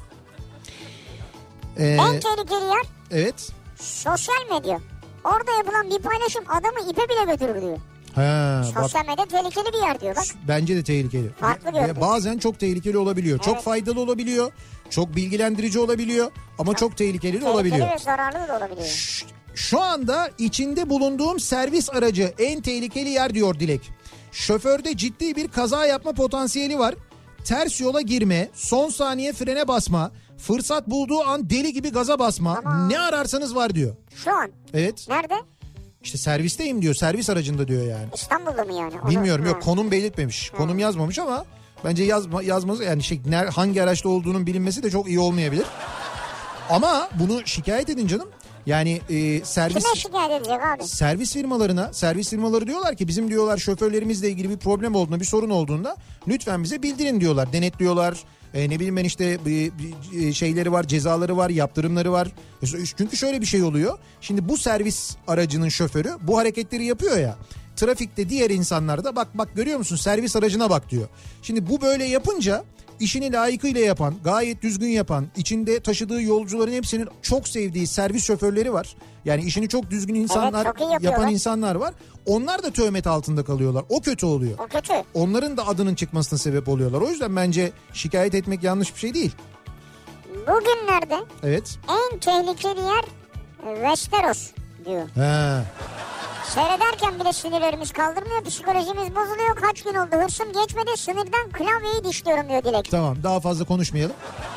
Ee, En tehlikeli yer evet. sosyal medya. Orada yapılan bir paylaşım adamı ipe bile götürür diyor. Ha, bak, Sosyal medya tehlikeli bir yer diyor bak. bence de tehlikeli. Farklı Ve gördüm. bazen çok tehlikeli olabiliyor. Çok Evet. faydalı olabiliyor. Çok bilgilendirici olabiliyor. Ama çok tehlikeli de Tehlikeli olabiliyor. ve zararlı da olabiliyor. Ş- Şu anda içinde bulunduğum servis aracı en tehlikeli yer diyor Dilek. Şoförde ciddi bir kaza yapma potansiyeli var. Ters yola girme, son saniye frene basma, fırsat bulduğu an deli gibi gaza basma, Aman. ne ararsanız var diyor. Şu an Evet, nerede? işte servisteyim diyor, servis aracında diyor yani. İstanbul'da mı yani? Onu- Bilmiyorum, Ha. yok, konum belirtmemiş. Konum yazmamış ama bence yazma, yazması yani şey, ner- hangi araçta olduğunun bilinmesi de çok iyi olmayabilir. Ama bunu şikayet edin canım. Yani e, servis Kime şikayet edecek abi? servis firmalarına, servis firmaları diyorlar ki bizim diyorlar şoförlerimizle ilgili bir problem olduğunda, bir sorun olduğunda lütfen bize bildirin diyorlar. Denetliyorlar. E, ne bileyim ben işte bir, bir şeyleri var, cezaları var, yaptırımları var. Çünkü şöyle bir şey oluyor. Şimdi bu servis aracının şoförü bu hareketleri yapıyor ya. Trafikte diğer insanlar da bak bak görüyor musun, servis aracına bak diyor. Şimdi bu böyle yapınca işini layıkıyla yapan, gayet düzgün yapan, içinde taşıdığı yolcuların hepsinin çok sevdiği servis şoförleri var. Yani işini çok düzgün insanlar, Evet, çok iyi yapıyorlar. yapan insanlar var. Onlar da töhmet altında kalıyorlar. O kötü oluyor. O kötü. Onların da adının çıkmasına sebep oluyorlar. O yüzden bence şikayet etmek yanlış bir şey değil. Bugünlerde Evet. en tehlikeli yer Westeros diyor. He. Seyrederken bile sinirlerimiz kaldırmıyor, psikolojimiz bozuluyor. Kaç gün oldu hırsım geçmedi, sinirden klavyeyi dişliyorum diyor Dilek. Tamam, daha fazla konuşmayalım.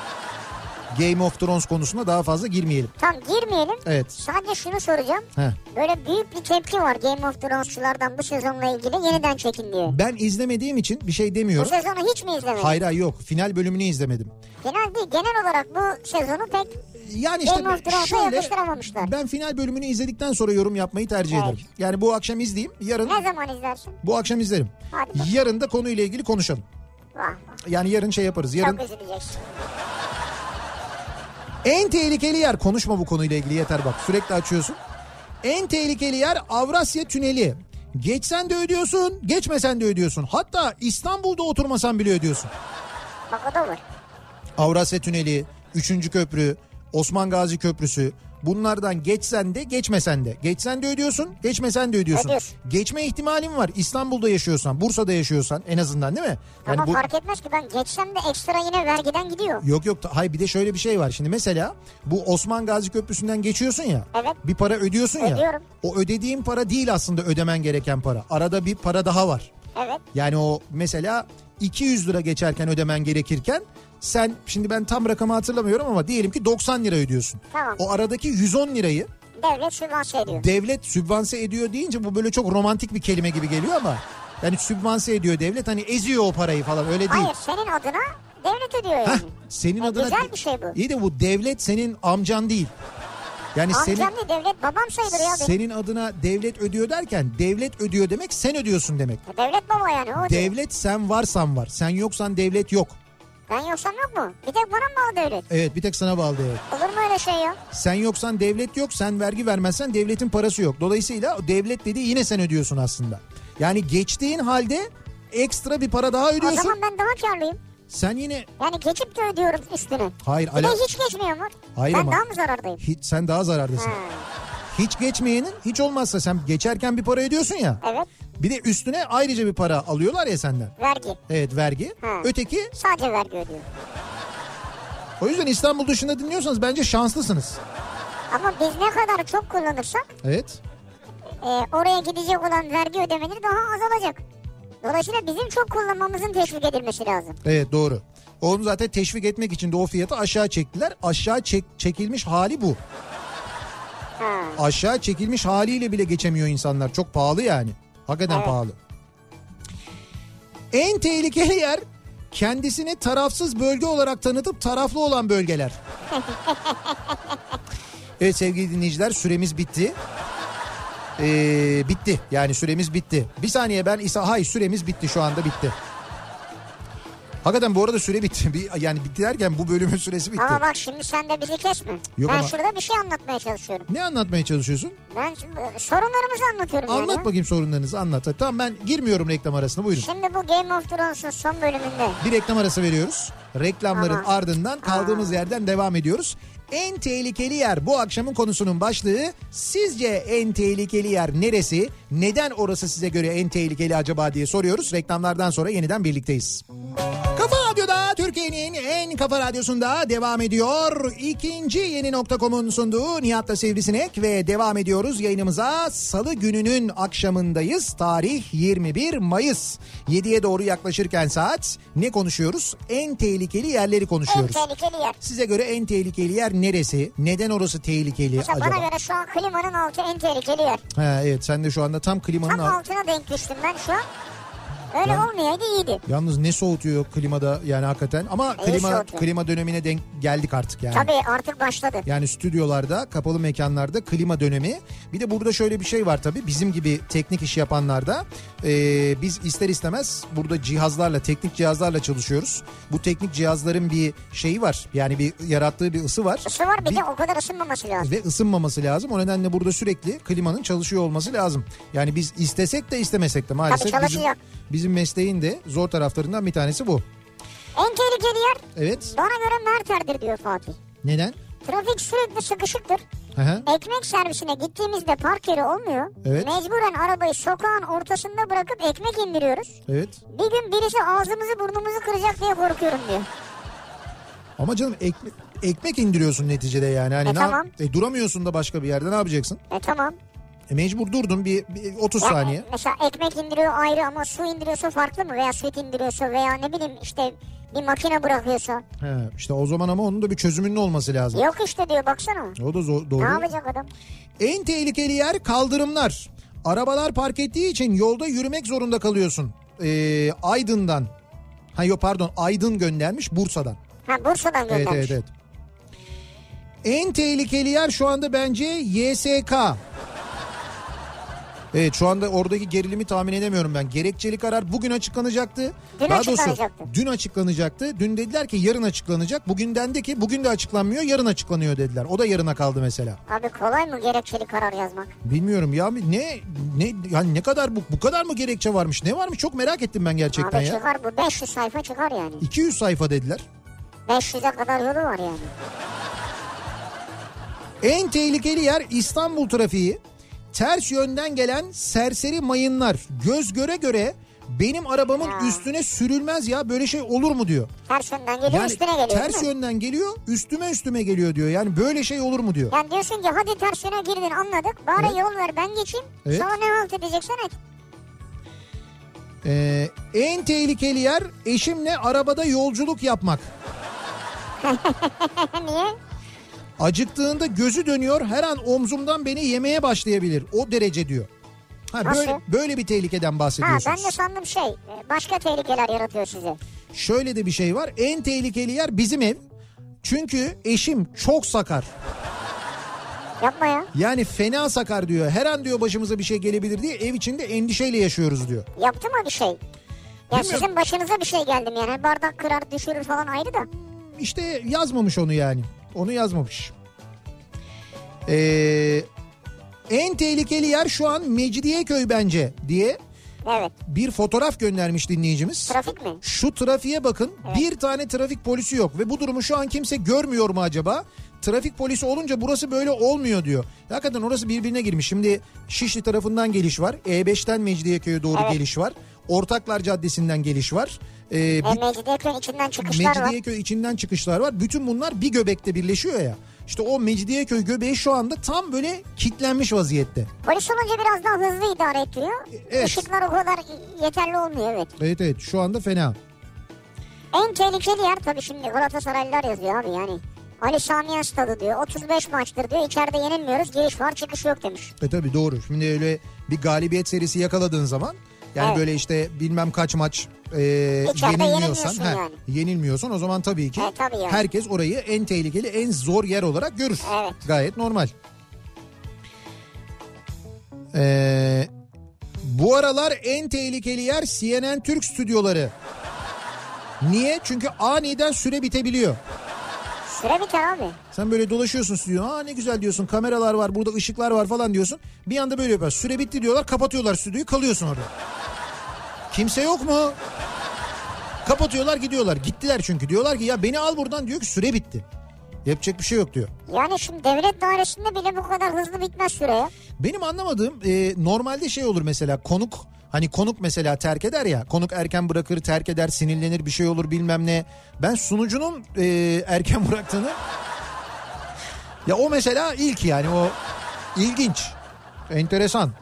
Game of Thrones konusuna daha fazla girmeyelim. Tam girmeyelim. Evet. Sadece şunu soracağım. Heh. Böyle büyük bir tepki var Game of Thrones'çulardan bu sezonla ilgili, yeniden çekin diyor. Ben izlemediğim için bir şey Bu demiyorum. sezonu hiç mi izlemedin? Hayır hayır, yok. Final bölümünü izlemedim. Genel değil, genel olarak bu sezonu pek Yani işte Game of Thrones'a şöyle, yakıştıramamışlar. ben final bölümünü izledikten sonra yorum yapmayı tercih Evet. ederim. Yani bu akşam izleyeyim. Yarın Ne zaman izlersin? bu akşam izlerim. Hadi bakalım. Yarın da konuyla ilgili konuşalım. Vah, vah. Yani yarın şey yaparız. Yarın Çok üzüleceksin. en tehlikeli yer, konuşma bu konuyla ilgili yeter bak, sürekli açıyorsun. En tehlikeli yer Avrasya Tüneli. Geçsen de ödüyorsun, geçmesen de ödüyorsun. Hatta İstanbul'da oturmasan bile ödüyorsun. Bak o da var. Avrasya Tüneli, üçüncü Köprü, Osman Gazi Köprüsü. Bunlardan geçsen de geçmesen de. Geçsen de ödüyorsun, geçmesen de ödüyorsun. Ödüyorsun. Geçme ihtimalin var İstanbul'da yaşıyorsan, Bursa'da yaşıyorsan en azından, değil mi? Ama bu... fark etmez ki, ben geçsem de ekstra yine vergiden gidiyor. Yok yok, hayır, bir de şöyle bir şey var. Şimdi mesela bu Osman Gazi Köprüsü'nden geçiyorsun ya. Evet. Bir para ödüyorsun ya. Ödüyorum. O ödediğin para değil aslında ödemen gereken para. Arada bir para daha var. Evet. Yani o mesela iki yüz lira geçerken ödemen gerekirken sen, şimdi ben tam rakamı hatırlamıyorum ama diyelim ki doksan lira ödüyorsun. Tamam. O aradaki yüz on lirayı Devlet sübvanse ediyor. devlet sübvanse ediyor deyince bu böyle çok romantik bir kelime gibi geliyor ama yani sübvanse ediyor devlet, hani eziyor o parayı falan, öyle değil. Hayır, senin adına devlet ödüyor yani. Heh, senin E, adına güzel bir şey bu. İyi de bu devlet senin amcan değil. Yani Amcam senin değil, devlet babam sayılır ya benim. senin adına devlet ödüyor derken, devlet ödüyor demek sen ödüyorsun demek. E, Devlet baba yani, o diyor. Devlet sen varsan var. Sen yoksan devlet yok. Ben yoksam yok mu? Bir tek bana mı bağlı devlet? Evet, bir tek sana bağlı devlet. Olur mu öyle şey ya? Sen yoksan devlet yok. Sen vergi vermezsen devletin parası yok. Dolayısıyla o devlet dediği yine sen ödüyorsun aslında. Yani geçtiğin halde ekstra bir para daha O ödüyorsun. zaman ben daha karlıyım. Sen yine Yani geçip de ödüyorum üstüne. hayır Bir de ala... hiç geçmiyor mu? Hayır ben ama- daha mı zarardayım? hiç, sen daha zarardasın. Ha, Hiç geçmeyenin, hiç olmazsa sen geçerken bir para ödüyorsun ya. evet. Bir de üstüne ayrıca bir para alıyorlar ya senden. Vergi. Evet, vergi. Ha. Öteki, Sadece vergi ödüyor. o yüzden İstanbul dışında dinliyorsanız bence şanslısınız. Ama biz ne kadar çok kullanırsak Evet. e, oraya gidecek olan vergi ödemeleri daha azalacak. Dolayısıyla bizim çok kullanmamızın teşvik edilmesi lazım. Evet, doğru. Onu zaten teşvik etmek için de o fiyatı aşağı çektiler. Aşağı çek, çekilmiş hali bu. Ha. Aşağı çekilmiş haliyle bile geçemiyor insanlar. Çok pahalı yani. Hakikaten Evet. pahalı. En tehlikeli yer kendisini tarafsız bölge olarak tanıtıp taraflı olan bölgeler. Evet sevgili dinleyiciler, süremiz bitti. Ee, bitti yani süremiz bitti. Bir saniye ben İsa hayır süremiz bitti, şu anda bitti. Hakikaten bu arada süre bitti. Bir, yani bitti derken bu bölümün süresi bitti. Ama bak şimdi sen de bizi kesme. Yok ben ama... şurada bir şey anlatmaya çalışıyorum. Ne anlatmaya çalışıyorsun? Ben sorunlarımızı anlatıyorum. Anlat yani. bakayım sorunlarınızı, anlat. Tamam, ben girmiyorum reklam arasına, buyurun. Şimdi bu Game of Thrones'un son bölümünde. Bir reklam arası veriyoruz. Reklamların Ama. ardından kaldığımız Aa. yerden devam ediyoruz. En tehlikeli yer bu akşamın konusunun başlığı. Sizce en tehlikeli yer neresi? Neden orası size göre en tehlikeli acaba diye soruyoruz. Reklamlardan sonra yeniden birlikteyiz. Kafa Radyo'da, Türkiye'nin en kafa radyosunda devam ediyor. İkinci yeni nokta com'un sunduğu Nihat'la Sivrisinek ve devam ediyoruz yayınımıza. Salı gününün akşamındayız. Tarih yirmi bir Mayıs. yediye doğru yaklaşırken saat, ne konuşuyoruz? En tehlikeli yerleri konuşuyoruz. En tehlikeli yer. Size göre en tehlikeli yer neresi? Neden orası tehlikeli Mesela acaba? bana göre şu an klimanın altı en tehlikeli yer. Ha, evet, sen de şu anda tam klimanın Tam alt... altına denk düştüm ben şu an. Öyle Ya, olmayaydı iyiydi. Yalnız ne soğutuyor klimada yani hakikaten. Ama İyi klima soğutuyor. klima dönemine denk geldik artık yani. Tabii artık başladı. Yani stüdyolarda, kapalı mekanlarda klima dönemi. Bir de burada şöyle bir şey var tabii. Bizim gibi teknik iş yapanlarda e, biz ister istemez burada cihazlarla, teknik cihazlarla çalışıyoruz. Bu teknik cihazların bir şeyi var. Yani bir yarattığı bir ısı var. Isı var bir, bir de o kadar ısınmaması lazım. Ve ısınmaması lazım. O nedenle burada sürekli klimanın çalışıyor olması lazım. Yani biz istesek de istemesek de maalesef Tabii bizim, bizim mesleğin de zor taraflarından bir tanesi bu. En tehlikeli yer Evet. bana göre Merter'dir diyor Fatih. Neden? Trafik sürekli sıkışıktır. Hı hı. Ekmek servisine gittiğimizde park yeri olmuyor. Evet. Mecburen arabayı sokağın ortasında bırakıp ekmek indiriyoruz. Evet. Bir gün birisi ağzımızı burnumuzu kıracak diye korkuyorum diyor. Ama canım ekmek, ekmek indiriyorsun neticede yani. Hani E ne tamam. yap- e, duramıyorsun da başka bir yerde, ne yapacaksın? E tamam. E, mecbur durdun bir, bir otuz Ya, saniye. mesela ekmek indiriyor ayrı ama su indiriyorsa farklı mı? Veya süt indiriyorsa veya ne bileyim işte bir makine bırakıyorsa. He, işte o zaman ama onun da bir çözümünün olması lazım. Yok işte diyor baksana. O da zor, doğru. Ne yapacak adam? En tehlikeli yer kaldırımlar. Arabalar park ettiği için yolda yürümek zorunda kalıyorsun. Ee, Aydın'dan. Ha yok pardon, Aydın göndermiş Bursa'dan. Ha Bursa'dan Evet göndermiş. evet evet. En tehlikeli yer şu anda bence Y S K. Evet, şu anda oradaki gerilimi tahmin edemiyorum ben. Gerekçeli karar bugün açıklanacaktı. Dün Daha açıklanacaktı. doğrusu dün açıklanacaktı. Dün dediler ki yarın açıklanacak. Bugün dendi ki bugün de açıklanmıyor, yarın açıklanıyor dediler. O da yarına kaldı mesela. Abi kolay mı gerekçeli karar yazmak? Bilmiyorum ya, ne ne yani ne kadar bu bu kadar mı gerekçe varmış? Ne varmış? Çok merak ettim ben gerçekten Abi ya. çıkar bu beş yüz sayfa çıkar yani. iki yüz sayfa dediler. beş yüze kadar yolu var yani. En tehlikeli yer İstanbul trafiği. Ters yönden gelen serseri mayınlar göz göre göre benim arabamın Ya. üstüne sürülmez ya, böyle şey olur mu diyor. Ters yönden geliyor Yani üstüne geliyor ters değil mi? yönden geliyor üstüme üstüme geliyor diyor. Yani böyle şey olur mu diyor. Yani diyorsun ki hadi ters yöne girdin anladık. Bari Evet. yol ver ben geçeyim. Evet. Sonra ne halt edeceksen et. Ee, en tehlikeli yer eşimle arabada yolculuk yapmak. Niye? Acıktığında gözü dönüyor, her an omzumdan beni yemeye başlayabilir. O derece diyor. Ha, Nasıl? böyle, böyle bir tehlikeden Ha bahsediyorsunuz. ben de sandım şey başka tehlikeler yaratıyor size. Şöyle de bir şey var. En tehlikeli yer bizim ev. Çünkü eşim çok sakar. Yapma ya. Yani fena sakar diyor. Her an diyor başımıza bir şey gelebilir diye ev içinde endişeyle yaşıyoruz diyor. Yaptı mı bir şey? Ya Bilmiyorum. sizin başınıza bir şey geldi mi yani? Bardak kırar düşürür falan ayrı da. İşte yazmamış onu yani. Onu yazmamış. Ee, en tehlikeli yer şu an Mecidiyeköy bence diye Evet. bir fotoğraf göndermiş dinleyicimiz. Trafik mi? Şu trafiğe bakın, bir tane trafik polisi yok ve bu durumu şu an kimse görmüyor mu acaba? Trafik polisi olunca burası böyle olmuyor diyor. Hakikaten orası birbirine girmiş. Şimdi Şişli tarafından geliş var. E beşten Mecidiyeköy'e doğru Evet. geliş var. Ortaklar Caddesi'nden geliş var. Ee, E, bir- Mecidiyeköy'ün içinden çıkışlar var. Mecidiyeköy içinden çıkışlar var. Bütün bunlar bir göbekte birleşiyor ya. İşte o Mecidiyeköy göbeği şu anda tam böyle kilitlenmiş vaziyette. Polis olunca biraz daha hızlı idare ettiriyor. Evet. Işıklar o kadar yeterli olmuyor evet. Evet evet, şu anda fena. En tehlikeli yer tabii şimdi Galatasaraylılar yazıyor abi yani. Ali Sami Stadı diyor. otuz beş maçtır diyor. İçeride yenilmiyoruz. Giriş var çıkış yok demiş. E tabii doğru. Şimdi öyle bir galibiyet serisi yakaladığın zaman yani Evet. böyle işte bilmem kaç maç e, İçeride yenilmiyorsan, yenilmiyorsun he, yani. yenilmiyorsan o zaman tabii ki E, tabii yani. herkes orayı en tehlikeli, en zor yer olarak görür. Evet. Gayet normal. Ee, bu aralar en tehlikeli yer C N N Türk stüdyoları. Niye? Çünkü aniden süre bitebiliyor. Süre biter abi. Sen böyle dolaşıyorsun stüdyoda. Aa ne güzel diyorsun, kameralar var, burada ışıklar var falan diyorsun. Bir anda böyle yapar. Süre bitti diyorlar, kapatıyorlar stüdyoyu, kalıyorsun orada. Kimse yok mu? Kapatıyorlar, gidiyorlar. Gittiler çünkü. Diyorlar ki ya beni al buradan, diyor ki süre bitti. Yapacak bir şey yok diyor. Yani şimdi devlet dairesinde bile bu kadar hızlı bitmez süre ya. Benim anlamadığım e, normalde şey olur mesela, konuk hani konuk mesela terk eder ya, konuk erken bırakır, terk eder, sinirlenir, bir şey olur bilmem ne. Ben sunucunun e, erken bıraktığını ya o mesela ilk, yani o ilginç, enteresan.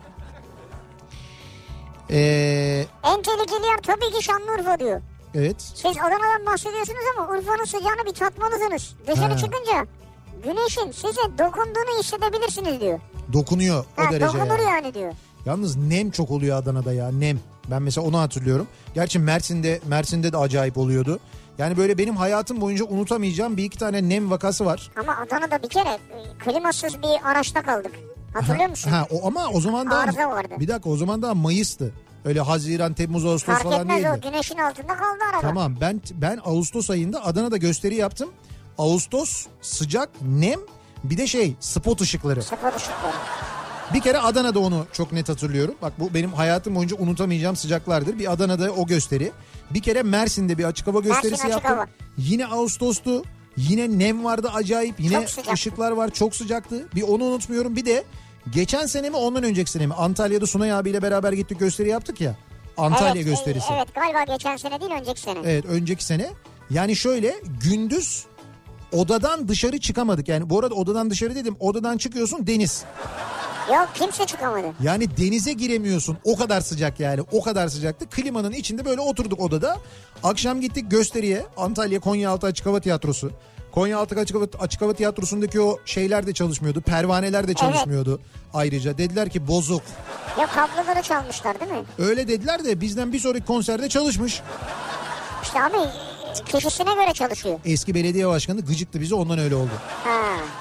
Ee, En tehlikeli yer tabii ki Şanlıurfa diyor. evet. Siz Adana'dan bahsediyorsunuz ama Urfa'nın sıcağını bir tatmalısınız. Dışarı Ha. çıkınca güneşin size dokunduğunu hissedebilirsiniz diyor. Dokunuyor o Ha, derece dokunur yani. yani diyor. Yalnız nem çok oluyor Adana'da ya, nem. Ben mesela onu hatırlıyorum. Gerçi Mersin'de Mersin'de de acayip oluyordu. Yani böyle benim hayatım boyunca unutamayacağım bir iki tane nem vakası var. Ama Adana'da bir kere e, klimasız bir araçta kaldık. Hatırlıyor musun? Ha, o, ama o zaman daha Arıza vardı. bir dakika, o zaman daha Mayıs'tı. Öyle Haziran, Temmuz, Ağustos Fark falan etmez, değildi. o güneşin altında kaldı araba. Tamam, ben ben Ağustos ayında Adana'da gösteri yaptım. Ağustos, sıcak, nem, bir de şey spot ışıkları. Spor ışıkları. Bir kere Adana'da onu çok net hatırlıyorum. Bak bu benim hayatım boyunca unutamayacağım sıcaklardır. Bir Adana'da o gösteri. Bir kere Mersin'de bir açık hava gösterisi Mersin açık yaptım. hava. Yine Ağustos'tu. Yine nem vardı acayip. Yine Çok sıcaktı. ışıklar var, çok sıcaktı. Bir onu unutmuyorum. Bir de geçen sene mi ondan önceki sene mi Antalya'da Sunay abiyle beraber gittik, gösteri yaptık ya. Antalya evet, gösterisi. e, Evet galiba geçen sene değil önceki sene. Evet, önceki sene. Yani şöyle gündüz odadan dışarı çıkamadık. Yani bu arada odadan dışarı dedim, odadan çıkıyorsun deniz. Yok kimse çıkamadı. Yani denize giremiyorsun, o kadar sıcak yani, o kadar sıcaktı. Klimanın içinde böyle oturduk odada. Akşam gittik gösteriye, Antalya Konyaaltı Açık Hava Tiyatrosu. Konyaaltı Açık Hava, Açık Hava Tiyatrosu'ndaki o şeyler de çalışmıyordu, pervaneler de çalışmıyordu. Ayrıca dediler ki bozuk. Ya kabloları çalmışlar değil mi? Öyle dediler de bizden bir sonraki konserde çalışmış. İşte abi kişisine göre çalışıyor. Eski belediye başkanı gıcıktı bize, ondan öyle oldu. Ha.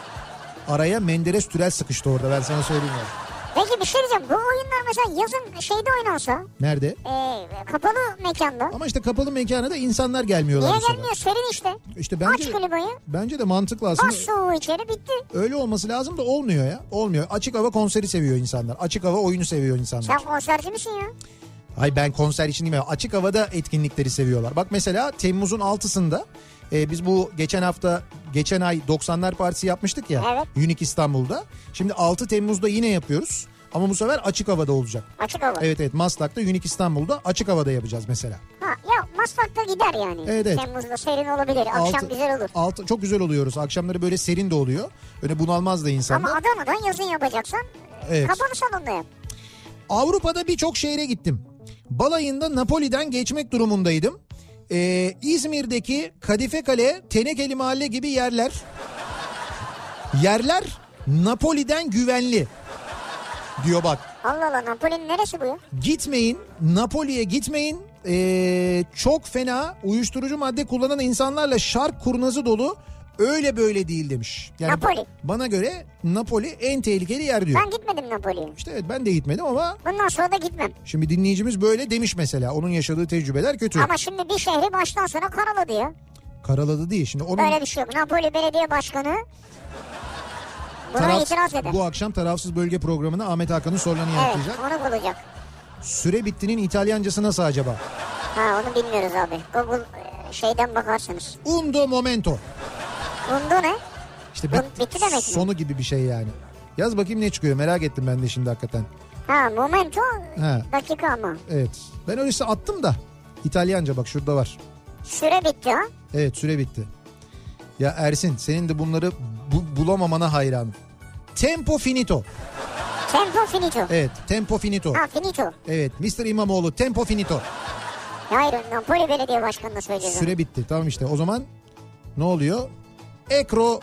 Araya Menderes Türel sıkıştı orada, ben sana söyleyeyim ya. Peki bir şey diyeceğim. Bu oyunlar mesela yazın şeyde oynansa, Nerede? e, kapalı mekanda. Ama işte kapalı mekana da insanlar gelmiyorlar. Niye bu sefer. gelmiyor? Serin işte. İşte Aç bence, klimayı. bence de mantıklı aslında. Bas soğuğu içeri bitti. Öyle olması lazım da olmuyor ya. Olmuyor. Açık hava konseri seviyor insanlar. Açık hava oyunu seviyor insanlar. Sen konserci misin ya? Hayır, ben konser için demiyorum. Açık havada etkinlikleri seviyorlar. Bak mesela Temmuz'un altısında e, biz bu geçen hafta, geçen ay doksanlar Partisi yapmıştık ya. Evet. Unique İstanbul'da. Şimdi altı Temmuz'da yine yapıyoruz. Ama bu sefer açık havada olacak. Açık hava. Evet evet, Maslak'ta Unique İstanbul'da açık havada yapacağız mesela. Ha, ya Maslak'ta gider yani. Evet, evet. Temmuz'da serin olabilir. Akşam Altı- güzel olur. Altı, çok güzel oluyoruz. Akşamları böyle serin de oluyor. Öyle bunalmaz da insanlar. Ama Adana'dan yazın yapacaksan Evet. kapalı salonda yap. Avrupa'da birçok şehre gittim. Balayında Napoli'den geçmek durumundaydım. Ee, İzmir'deki Kadife Kale, Tenekeli Mahalle gibi yerler. Yerler Napoli'den güvenli. Diyor bak. Allah Allah, Napoli'nin neresi bu ya? Gitmeyin, Napoli'ye gitmeyin. Ee, çok fena uyuşturucu madde kullanan insanlarla şark kurnazı dolu. Öyle böyle değil demiş. Yani Napoli. Bana göre Napoli en tehlikeli yer diyor. Ben gitmedim Napoli'ye. İşte evet, ben de gitmedim ama Bundan sonra da gitmem. şimdi dinleyicimiz böyle demiş mesela. Onun yaşadığı tecrübeler kötü. Ama şimdi bir şehri baştan sona karaladı ya. Karaladı değil. Şimdi onun Öyle bir şey yok. Napoli Belediye Başkanı buna taraf- itiraz eder. bu akşam tarafsız bölge programında Ahmet Hakan'ın sorularını Evet, yanıtlayacak. onu bulacak. Süre bittinin İtalyancası nasıl acaba? Ha, onu bilmiyoruz abi. Google e, şeyden bakarsınız. Undo momento. Undo ne? İşte Bu bitti demek mi? sonu gibi bir şey yani. Yaz bakayım ne çıkıyor, merak ettim ben de şimdi hakikaten. Ha, momento Ha. dakika ama. Evet. Ben öyleyse attım da. İtalyanca bak şurada var. Süre bitti ha. Evet, süre bitti. Ya Ersin, senin de bunları bu- bulamamana hayranım. Tempo finito. Tempo finito. Evet, tempo finito. Ha, finito. Evet, mister İmamoğlu tempo finito. Hayır, Napoli Belediye Başkanı'na söyleyeceğiz. Süre bitti. Tamam işte. O zaman ne oluyor? Ekro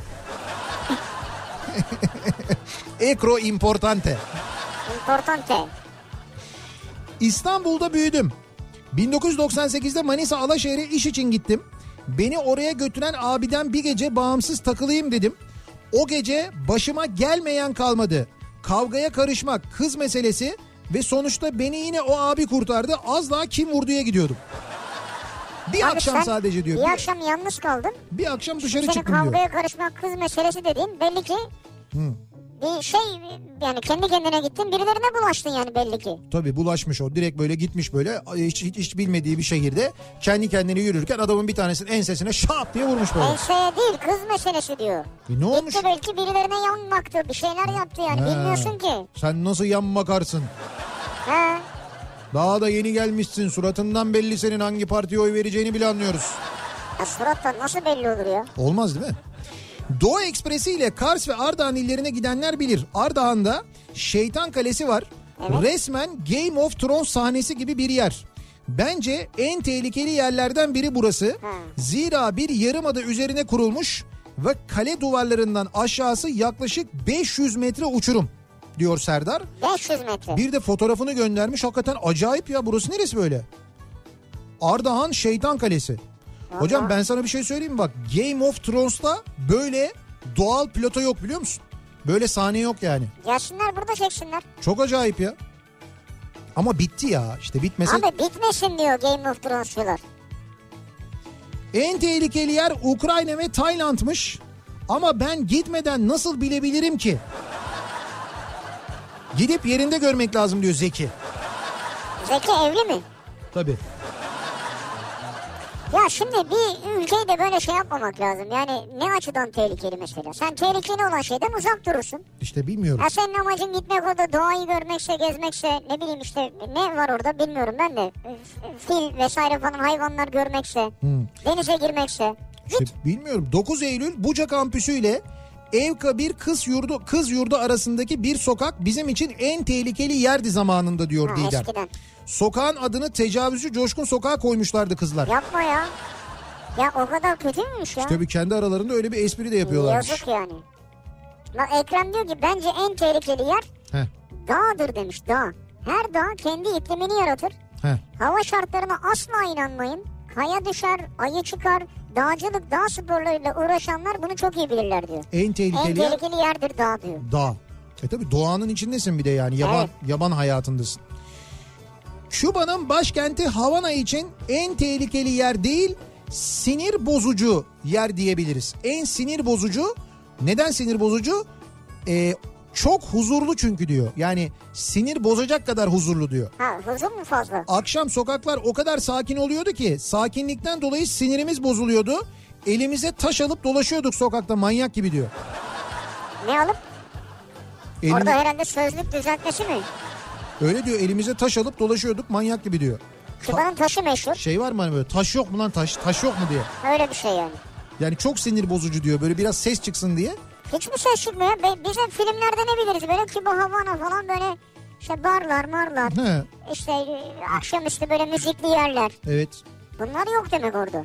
Ekro importante. Importante. İstanbul'da büyüdüm. bin dokuz yüz doksan sekizde Manisa Alaşehir'e iş için gittim. Beni oraya götüren abiden bir gece bağımsız takılayım dedim. O gece başıma gelmeyen kalmadı. Kavgaya karışmak, kız meselesi ve sonuçta beni yine o abi kurtardı. Az daha kim vurduya gidiyordum. Bir Abi akşam sadece diyor. Bir, Bir, akşam yalnız kaldın. bir akşam dışarı Senin çıktım diyor. kavgaya karışmak, kız meselesi dediğin belli ki Hı. bir şey, yani kendi kendine gittin, birilerine bulaştın yani belli ki. Tabii bulaşmış o. Direkt böyle gitmiş böyle hiç, hiç, hiç bilmediği bir şehirde kendi kendine yürürken adamın bir tanesinin ensesine şap diye vurmuş böyle. Enseye değil, kız meselesi diyor. E ne olmuş? Gitti belki birilerine yan baktı, bir şeyler yaptı yani, He. bilmiyorsun ki. Sen nasıl yan bakarsın? He. Daha da yeni gelmişsin. Suratından belli senin hangi partiye oy vereceğini bile anlıyoruz. Ya surattan nasıl belli olur ya? Olmaz değil mi? Doğu Ekspresi ile Kars ve Ardahan illerine gidenler bilir. Ardahan'da Şeytan Kalesi var. Evet. Resmen Game of Thrones sahnesi gibi bir yer. Bence en tehlikeli yerlerden biri burası. Hmm. Zira bir yarımada üzerine kurulmuş ve kale duvarlarından aşağısı yaklaşık beş yüz metre uçurum diyor Serdar. beş yüz metre. Bir de fotoğrafını göndermiş. Hakikaten acayip ya, burası neresi böyle? Ardahan Şeytan Kalesi. Aha. Hocam ben sana bir şey söyleyeyim mi? Bak Game of Thrones'ta böyle doğal pilota yok biliyor musun? Böyle sahne yok yani. Gelsinler burada çeksinler. Çok acayip ya. Ama bitti ya işte bitmese. Abi bitmesin diyor Game of Thrones'çular. En tehlikeli yer Ukrayna ve Tayland'mış. Ama ben gitmeden nasıl bilebilirim ki? Gidip yerinde görmek lazım diyor Zeki. Zeki evli mi? Tabii. Ya şimdi bir ülkeyi de böyle şey yapmamak lazım. Yani ne açıdan tehlikeli mesela? Sen tehlikeli olan şeyden uzak durursun. İşte bilmiyorum. Ya senin amacın gitmek orada doğayı görmekse, gezmekse, ne bileyim işte ne var orada bilmiyorum ben de. Fil vesaire falan hayvanlar görmekse, Hmm. denize girmekse. İşte bilmiyorum. dokuz Eylül Buca kampüsü ile Evka bir kız yurdu kız yurdu arasındaki bir sokak bizim için en tehlikeli yerdi zamanında diyor Ha, Didem. eskiden. Sokağın adını tecavüzcü Coşkun Sokağı koymuşlardı kızlar. Yapma ya. Ya o kadar kötü müymüş ya? Tabii kendi aralarında öyle bir espri de yapıyorlarmış. Yazık yani. Bak Ekrem diyor ki bence en tehlikeli yer Heh, dağdır demiş, dağ. Her dağ kendi iklimini yaratır. heh. Hava şartlarına asla inanmayın. Kaya düşer, ayı çıkar. Dağcılık, dağ sporlarıyla uğraşanlar bunu çok iyi bilirler diyor. En tehlikeli, En tehlikeli yerdir dağ diyor. dağ. E tabii doğanın içindesin bir de yani yaban Evet. yaban hayatındasın. Küba'nın başkenti Havana için en tehlikeli yer değil, sinir bozucu yer diyebiliriz. En sinir bozucu, neden sinir bozucu? Ee, çok huzurlu çünkü diyor. Yani sinir bozacak kadar huzurlu diyor. Ha, huzur mu fazla? Akşam sokaklar o kadar sakin oluyordu ki sakinlikten dolayı sinirimiz bozuluyordu. Elimize taş alıp dolaşıyorduk sokakta manyak gibi diyor. Ne alıp? Elimi- Orada herhalde sözlük düzeltmesi mi? Öyle diyor, elimize taş alıp dolaşıyorduk manyak gibi diyor. Küba'nın taşı meşhur. Şey var mı hani böyle taş yok mu lan taş taş yok mu diye. Öyle bir şey yani. Yani çok sinir bozucu diyor, böyle biraz ses çıksın diye. Hiç mi ses çıkmıyor? Be- Biz hep filmlerde ne biliriz? Böyle Küba Havana falan böyle işte barlar marlar. He, İşte e, akşamüstü böyle müzikli yerler. evet. Bunlar yok demek orada.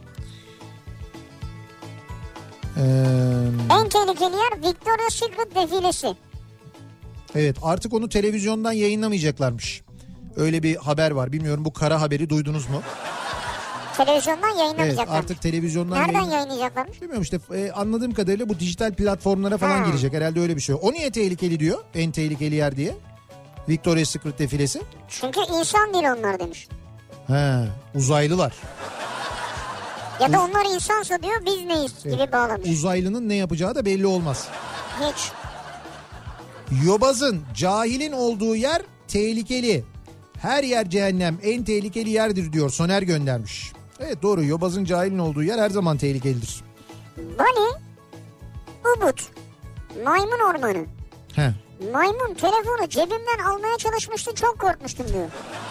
Ee, En tehlikeli yer Victoria's Secret defilesi. evet artık onu televizyondan yayınlamayacaklarmış. Öyle bir haber var, bilmiyorum bu kara haberi duydunuz mu? Televizyondan Evet, yayınlamayacaklar. artık televizyondan Nereden yayın... yayınlayacaklarmış? Bilmiyorum işte e, anladığım kadarıyla bu dijital platformlara falan Ha. girecek herhalde, öyle bir şey. O niye tehlikeli diyor, en tehlikeli yer diye? Victoria's Secret defilesi. Çünkü insan değil onlar demiş. He, uzaylılar. Ya da onlar insansa diyor biz neyiz gibi bağlamış. Uzaylının ne yapacağı da belli olmaz. Hiç. Yobazın, cahilin olduğu yer tehlikeli. Her yer cehennem, en tehlikeli yerdir diyor. Soner göndermiş. Evet doğru, yobazın, cahilin olduğu yer her zaman tehlikelidir. Bali, Ubud, maymun ormanı. He. Maymun telefonu cebimden almaya çalışmıştı, çok korkmuştum diyor.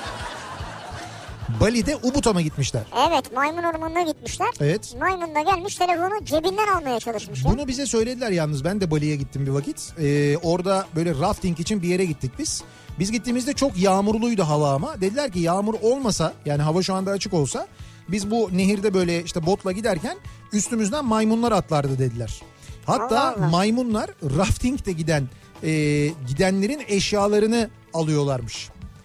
Bali'de Ubud'a mı gitmişler? Evet, maymun ormanına gitmişler. Evet. Maymun da gelmiş telefonu cebinden almaya çalışmış. ya. Bunu bize söylediler yalnız, ben de Bali'ye gittim bir vakit. Ee, orada böyle rafting için bir yere gittik biz. Biz gittiğimizde çok yağmurluydu hava ama. Dediler ki yağmur olmasa, yani hava şu anda açık olsa, biz bu nehirde böyle işte botla giderken üstümüzden maymunlar atlardı dediler. Hatta Allah Allah. maymunlar raftingde giden e, gidenlerin eşyalarını alıyorlarmış.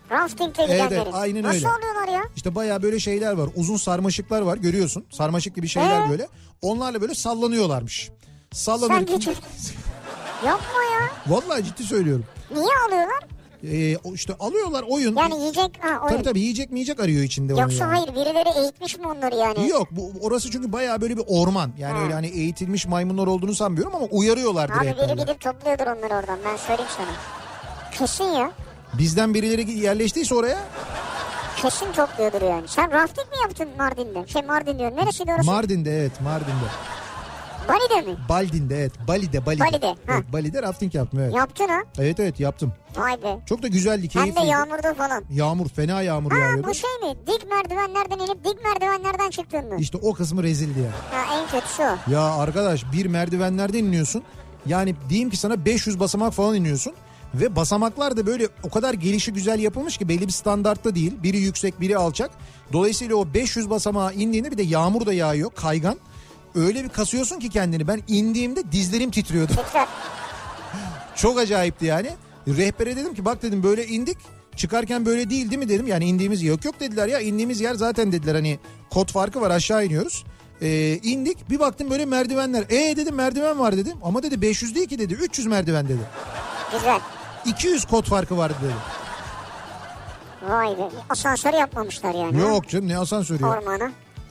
Rafting'le Evet, gidenlerin. evet, aynen Nasıl öyle. oluyorlar ya? İşte bayağı böyle şeyler var. Uzun sarmaşıklar var, görüyorsun. Sarmaşık gibi şeyler Ee? böyle. Onlarla böyle sallanıyorlarmış. Sallanır. Sen geçir. Yapma ya. Vallahi ciddi söylüyorum. Niye alıyorlar? Ee, o işte alıyorlar oyun. Yani yiyecek ha oyun. Tabii tabii yiyecek mi yiyecek arıyor içinde onu Yoksa yani. hayır birileri eğitmiş mi onları yani? Yok, bu orası çünkü bayağı böyle bir orman. Yani Ha. öyle hani eğitilmiş maymunlar olduğunu sanmıyorum ama uyarıyorlar Abi direkt. biri gidip topluyordur onları oradan, ben söyleyeyim sana. Kesin ya. Bizden birileri yerleştiyse oraya. Kesin topluyordur yani. Sen rafting mi yaptın Mardin'de? Şey Mardin diyorum. Neresiydi orası? Mardin'de, evet, Mardin'de. Bali'de mi? Baldin'de, evet. Bali'de, Bali'de. Bali'de, ha. Evet, Bali'de rafting yaptım, evet. Yaptın ha? Evet evet yaptım. Vay be. Çok da güzeldi, Hem keyifliydi. de yağmurda falan. Yağmur, fena yağmur Ha yağıyordu. bu şey mi? Dik merdivenlerden inip dik merdivenlerden çıktın mı? İşte o kısmı rezildi ya. Ha en kötüsü o. Ya arkadaş, bir merdivenlerden iniyorsun. Yani diyeyim ki sana beş yüz basamak falan iniyorsun. Ve basamaklar da böyle o kadar gelişi güzel yapılmış ki belli bir standartta değil. Biri yüksek, biri alçak. Dolayısıyla o beş yüz basamağa indiğinde bir de yağmur da yağıyor, kaygan. Öyle bir kasıyorsun ki kendini. Ben indiğimde dizlerim titriyordu. Tekrar. Çok acayipti yani. Rehbere dedim ki bak dedim böyle indik. Çıkarken böyle değil değil mi dedim. Yani indiğimiz yok yok dediler ya. İndiğimiz yer zaten dediler hani kod farkı var, aşağı iniyoruz. Ee, indik bir baktım böyle merdivenler. E dedim merdiven var dedim. Ama dedi beş yüz değil ki dedi. üç yüz merdiven dedi. Güzel. iki yüz kod farkı vardı dedi. Vay be. Asansör yapmamışlar yani. Yok canım, ne asansörü ya. Ormana.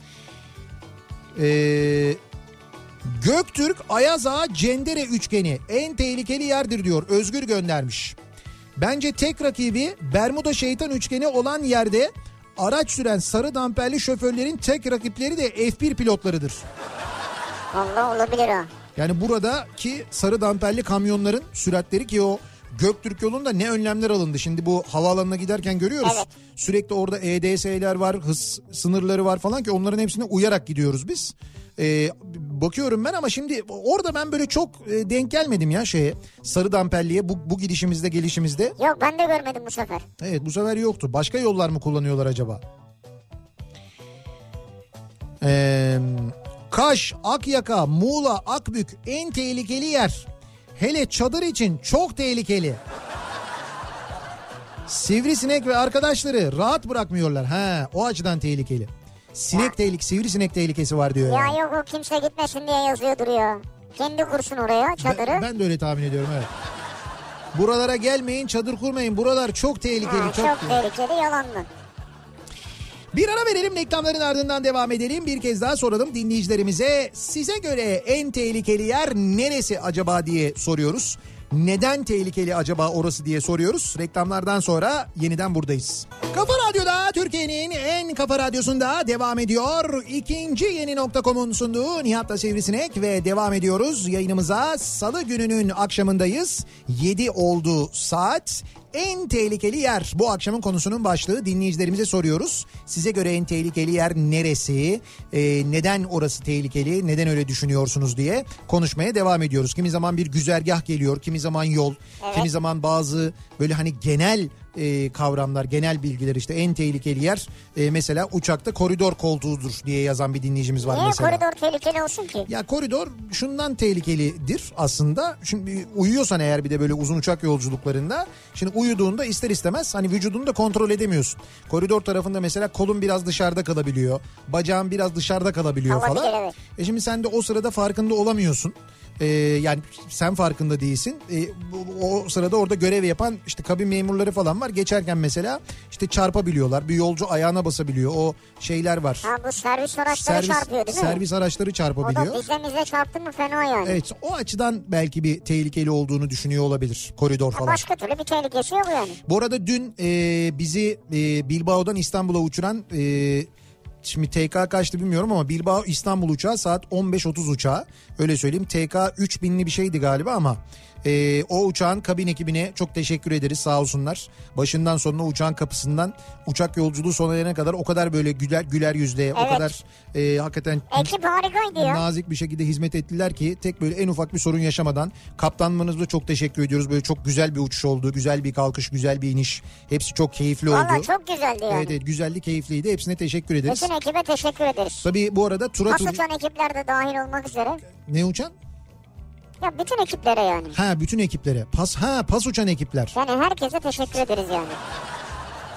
Ee, Göktürk Ayaz Ağa Cendere üçgeni en tehlikeli yerdir diyor. Özgür göndermiş. Bence tek rakibi Bermuda Şeytan üçgeni olan yerde araç süren sarı damperli şoförlerin tek rakipleri de F bir pilotlarıdır. Vallahi olabilir ha. Yani buradaki sarı damperli kamyonların süratleri, ki o Göktürk yolunda ne önlemler alındı. Şimdi bu havaalanına giderken görüyoruz. Evet. Sürekli orada E D S'ler var, hız sınırları var falan ki onların hepsine uyarak gidiyoruz biz. Ee, bakıyorum ben ama şimdi orada ben böyle çok e, denk gelmedim ya şeye, sarı damperliye bu, bu gidişimizde gelişimizde. Yok ben de görmedim bu sefer. Evet, bu sefer yoktu. Başka yollar mı kullanıyorlar acaba? Ee, Kaş, Akyaka, Muğla, Akbük en tehlikeli yer. Hele çadır için çok tehlikeli. Sivrisinek ve arkadaşları rahat bırakmıyorlar. Ha, o açıdan tehlikeli. Sinek tehlikesi, sivrisinek tehlikesi var diyor. Ya yani. yok o kimse gitmesin diye yazıyor duruyor. Kendi kursun oraya çadırı. Ben, ben de öyle tahmin ediyorum, evet. Buralara gelmeyin, çadır kurmayın. Buralar çok tehlikeli. Ha, çok, çok tehlikeli, yalan mı? Bir ara verelim, reklamların ardından devam edelim. Bir kez daha soralım dinleyicilerimize. Size göre en tehlikeli yer neresi acaba diye soruyoruz. Neden tehlikeli acaba orası diye soruyoruz. Reklamlardan sonra yeniden buradayız. Kafa Radyo'da, Türkiye'nin en kafa radyosunda devam ediyor. İkinci yeni nokta com'un sunduğu Nihat'la Sivrisinek ve devam ediyoruz yayınımıza. Salı gününün akşamındayız. yedi oldu saat. En tehlikeli yer, bu akşamın konusunun başlığı. Dinleyicilerimize soruyoruz. Size göre en tehlikeli yer neresi? Ee, neden orası tehlikeli? Neden öyle düşünüyorsunuz diye konuşmaya devam ediyoruz. Kimi zaman bir güzergah geliyor, kimi zaman yol, evet. kimi zaman bazı böyle hani genel e, kavramlar, genel bilgiler, işte en tehlikeli yer e, mesela uçakta koridor koltuğudur diye yazan bir dinleyicimiz var. Niye mesela. koridor tehlikeli olsun ki? Ya koridor şundan tehlikelidir aslında. Şimdi uyuyorsan eğer bir de böyle uzun uçak yolculuklarında, şimdi uyuduğunda ister istemez hani vücudunu da kontrol edemiyorsun. Koridor tarafında mesela kolun biraz dışarıda kalabiliyor. Bacağın biraz dışarıda kalabiliyor Olabilir, falan. evet. E şimdi sen de o sırada farkında olamıyorsun. Ee, yani sen farkında değilsin. Ee, o sırada orada görev yapan işte kabin memurları falan var. Geçerken mesela işte çarpabiliyorlar. Bir yolcu ayağına basabiliyor. O şeyler var. Ha bu servis araçları servis, çarpıyor değil mi? Servis araçları çarpabiliyor. O da bize bize çarptı mı fena yani. Evet, o açıdan belki bir tehlikeli olduğunu düşünüyor olabilir koridor Ha, falan. başka türlü bir tehlikesi yok yani. Bu arada dün e, bizi e, Bilbao'dan İstanbul'a uçuran e, şimdi T K kaçtı bilmiyorum ama Bilbao İstanbul uçağı saat on beş otuz uçağı, öyle söyleyeyim. T K üç binli bir şeydi galiba ama e, o uçağın kabin ekibine çok teşekkür ederiz, sağ olsunlar. Başından sonuna uçağın kapısından uçak yolculuğu sona erene kadar o kadar böyle güler güler yüzle, Evet. o kadar e, hakikaten Ekip harikaydı ya. nazik bir şekilde hizmet ettiler ki tek böyle en ufak bir sorun yaşamadan. Kaptanlarınıza çok teşekkür ediyoruz. Böyle çok güzel bir uçuş oldu. Güzel bir kalkış, güzel bir iniş. Hepsi çok keyifli oldu. Valla çok güzeldi yani. Evet, evet, güzeldi, keyifliydi. Hepsine teşekkür ederiz. Bütün ekibe teşekkür ederiz. Tabii bu arada tura Pas tur... uçan ekipler de dahil olmak üzere. Ne uçan? Ya bütün ekiplere yani. Ha, bütün ekiplere. Pas ha pas uçan ekipler. Yani herkese teşekkür ederiz yani.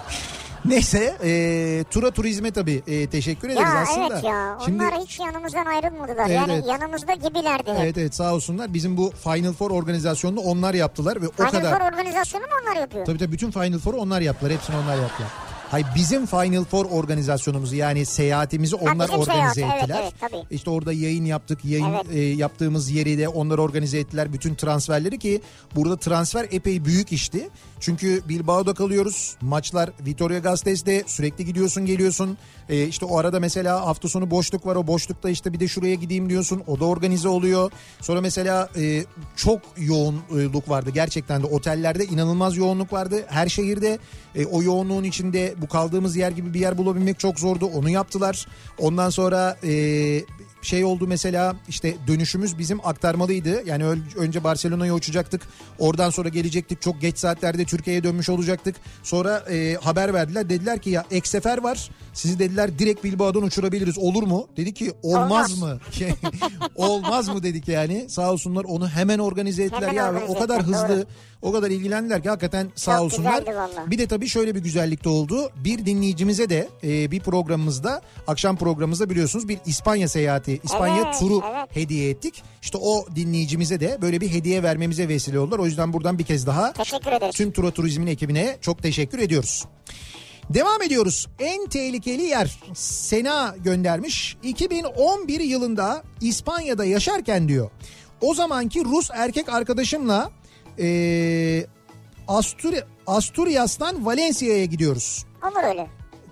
Neyse e, tura turizme tabii e, teşekkür ederiz Ya aslında. evet ya Şimdi, onlar hiç yanımızdan ayrılmadılar. Evet, yani evet. yanımızda gibilerdi. hep. evet evet sağ olsunlar. Bizim bu Final Four organizasyonunu onlar yaptılar ve o Final kadar. Four organizasyonu mu onlar yapıyor? Tabii tabii bütün Final Four'u onlar yaptılar. Hepsini onlar yaptılar. Hayır bizim Final Four organizasyonumuzu yani seyahatimizi onlar bizim organize seyahat, evet, ettiler. evet, tabii. İşte orada yayın yaptık. Yayın Evet. e, yaptığımız yeri de onlar organize ettiler. Bütün transferleri ki burada transfer epey büyük işti. Çünkü Bilbao'da kalıyoruz. Maçlar Vitoria Gasteiz'de sürekli gidiyorsun geliyorsun. E, işte o arada mesela hafta sonu boşluk var. O boşlukta işte bir de şuraya gideyim diyorsun. O da organize oluyor. Sonra mesela e, çok yoğunluk vardı. Gerçekten de otellerde inanılmaz yoğunluk vardı. Her şehirde e, o yoğunluğun içinde bu kaldığımız yer gibi bir yer bulabilmek çok zordu. Onu yaptılar. Ondan sonra e, şey oldu mesela işte dönüşümüz bizim aktarmalıydı. Yani önce Barcelona'ya uçacaktık. Oradan sonra gelecektik. Çok geç saatlerde Türkiye'ye dönmüş olacaktık. Sonra e, haber verdiler. Dediler ki ya ek sefer var. Sizi dediler direkt Bilbao'dan uçurabiliriz. Olur mu? Dedi ki olmaz, olmaz. mı? Olmaz mı dedik yani. Sağ olsunlar onu hemen organize ettiler. Hemen ya organize o kadar ettiler, hızlı, doğru. o kadar ilgilendiler ki hakikaten sağ Çok olsunlar. güzeldi vallahi. Bir de tabii şöyle bir güzellik de oldu. Bir dinleyicimize de e, bir programımızda, akşam programımızda biliyorsunuz bir İspanya seyahati, İspanya Evet, turu evet. hediye ettik. İşte o dinleyicimize de böyle bir hediye vermemize vesile oldular. O yüzden buradan bir kez daha Teşekkür ederiz. tüm Tura Turizm'in ekibine çok teşekkür ediyoruz. Devam ediyoruz. En tehlikeli yer Sena göndermiş. iki bin on bir yılında İspanya'da yaşarken diyor. O zamanki Rus erkek arkadaşımla ee, Astur Asturias'tan Valencia'ya gidiyoruz. Olur öyle.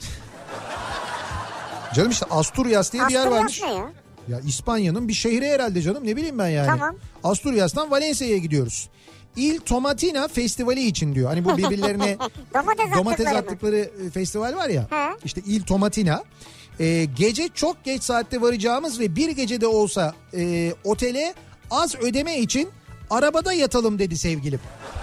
Canım işte Asturias diye bir yer Asturias varmış. ne ya? Ya İspanya'nın bir şehri herhalde canım, ne bileyim ben yani. Tamam. Asturias'tan Valencia'ya gidiyoruz. Il Tomatina Festivali için diyor. Hani bu birbirlerine Domates, domates attıkları mı? attıkları festival var ya. He. İşte Il Tomatina. Ee, gece çok geç saatte varacağımız ve bir gecede olsa e, otele az ödeme için arabada yatalım dedi sevgilim.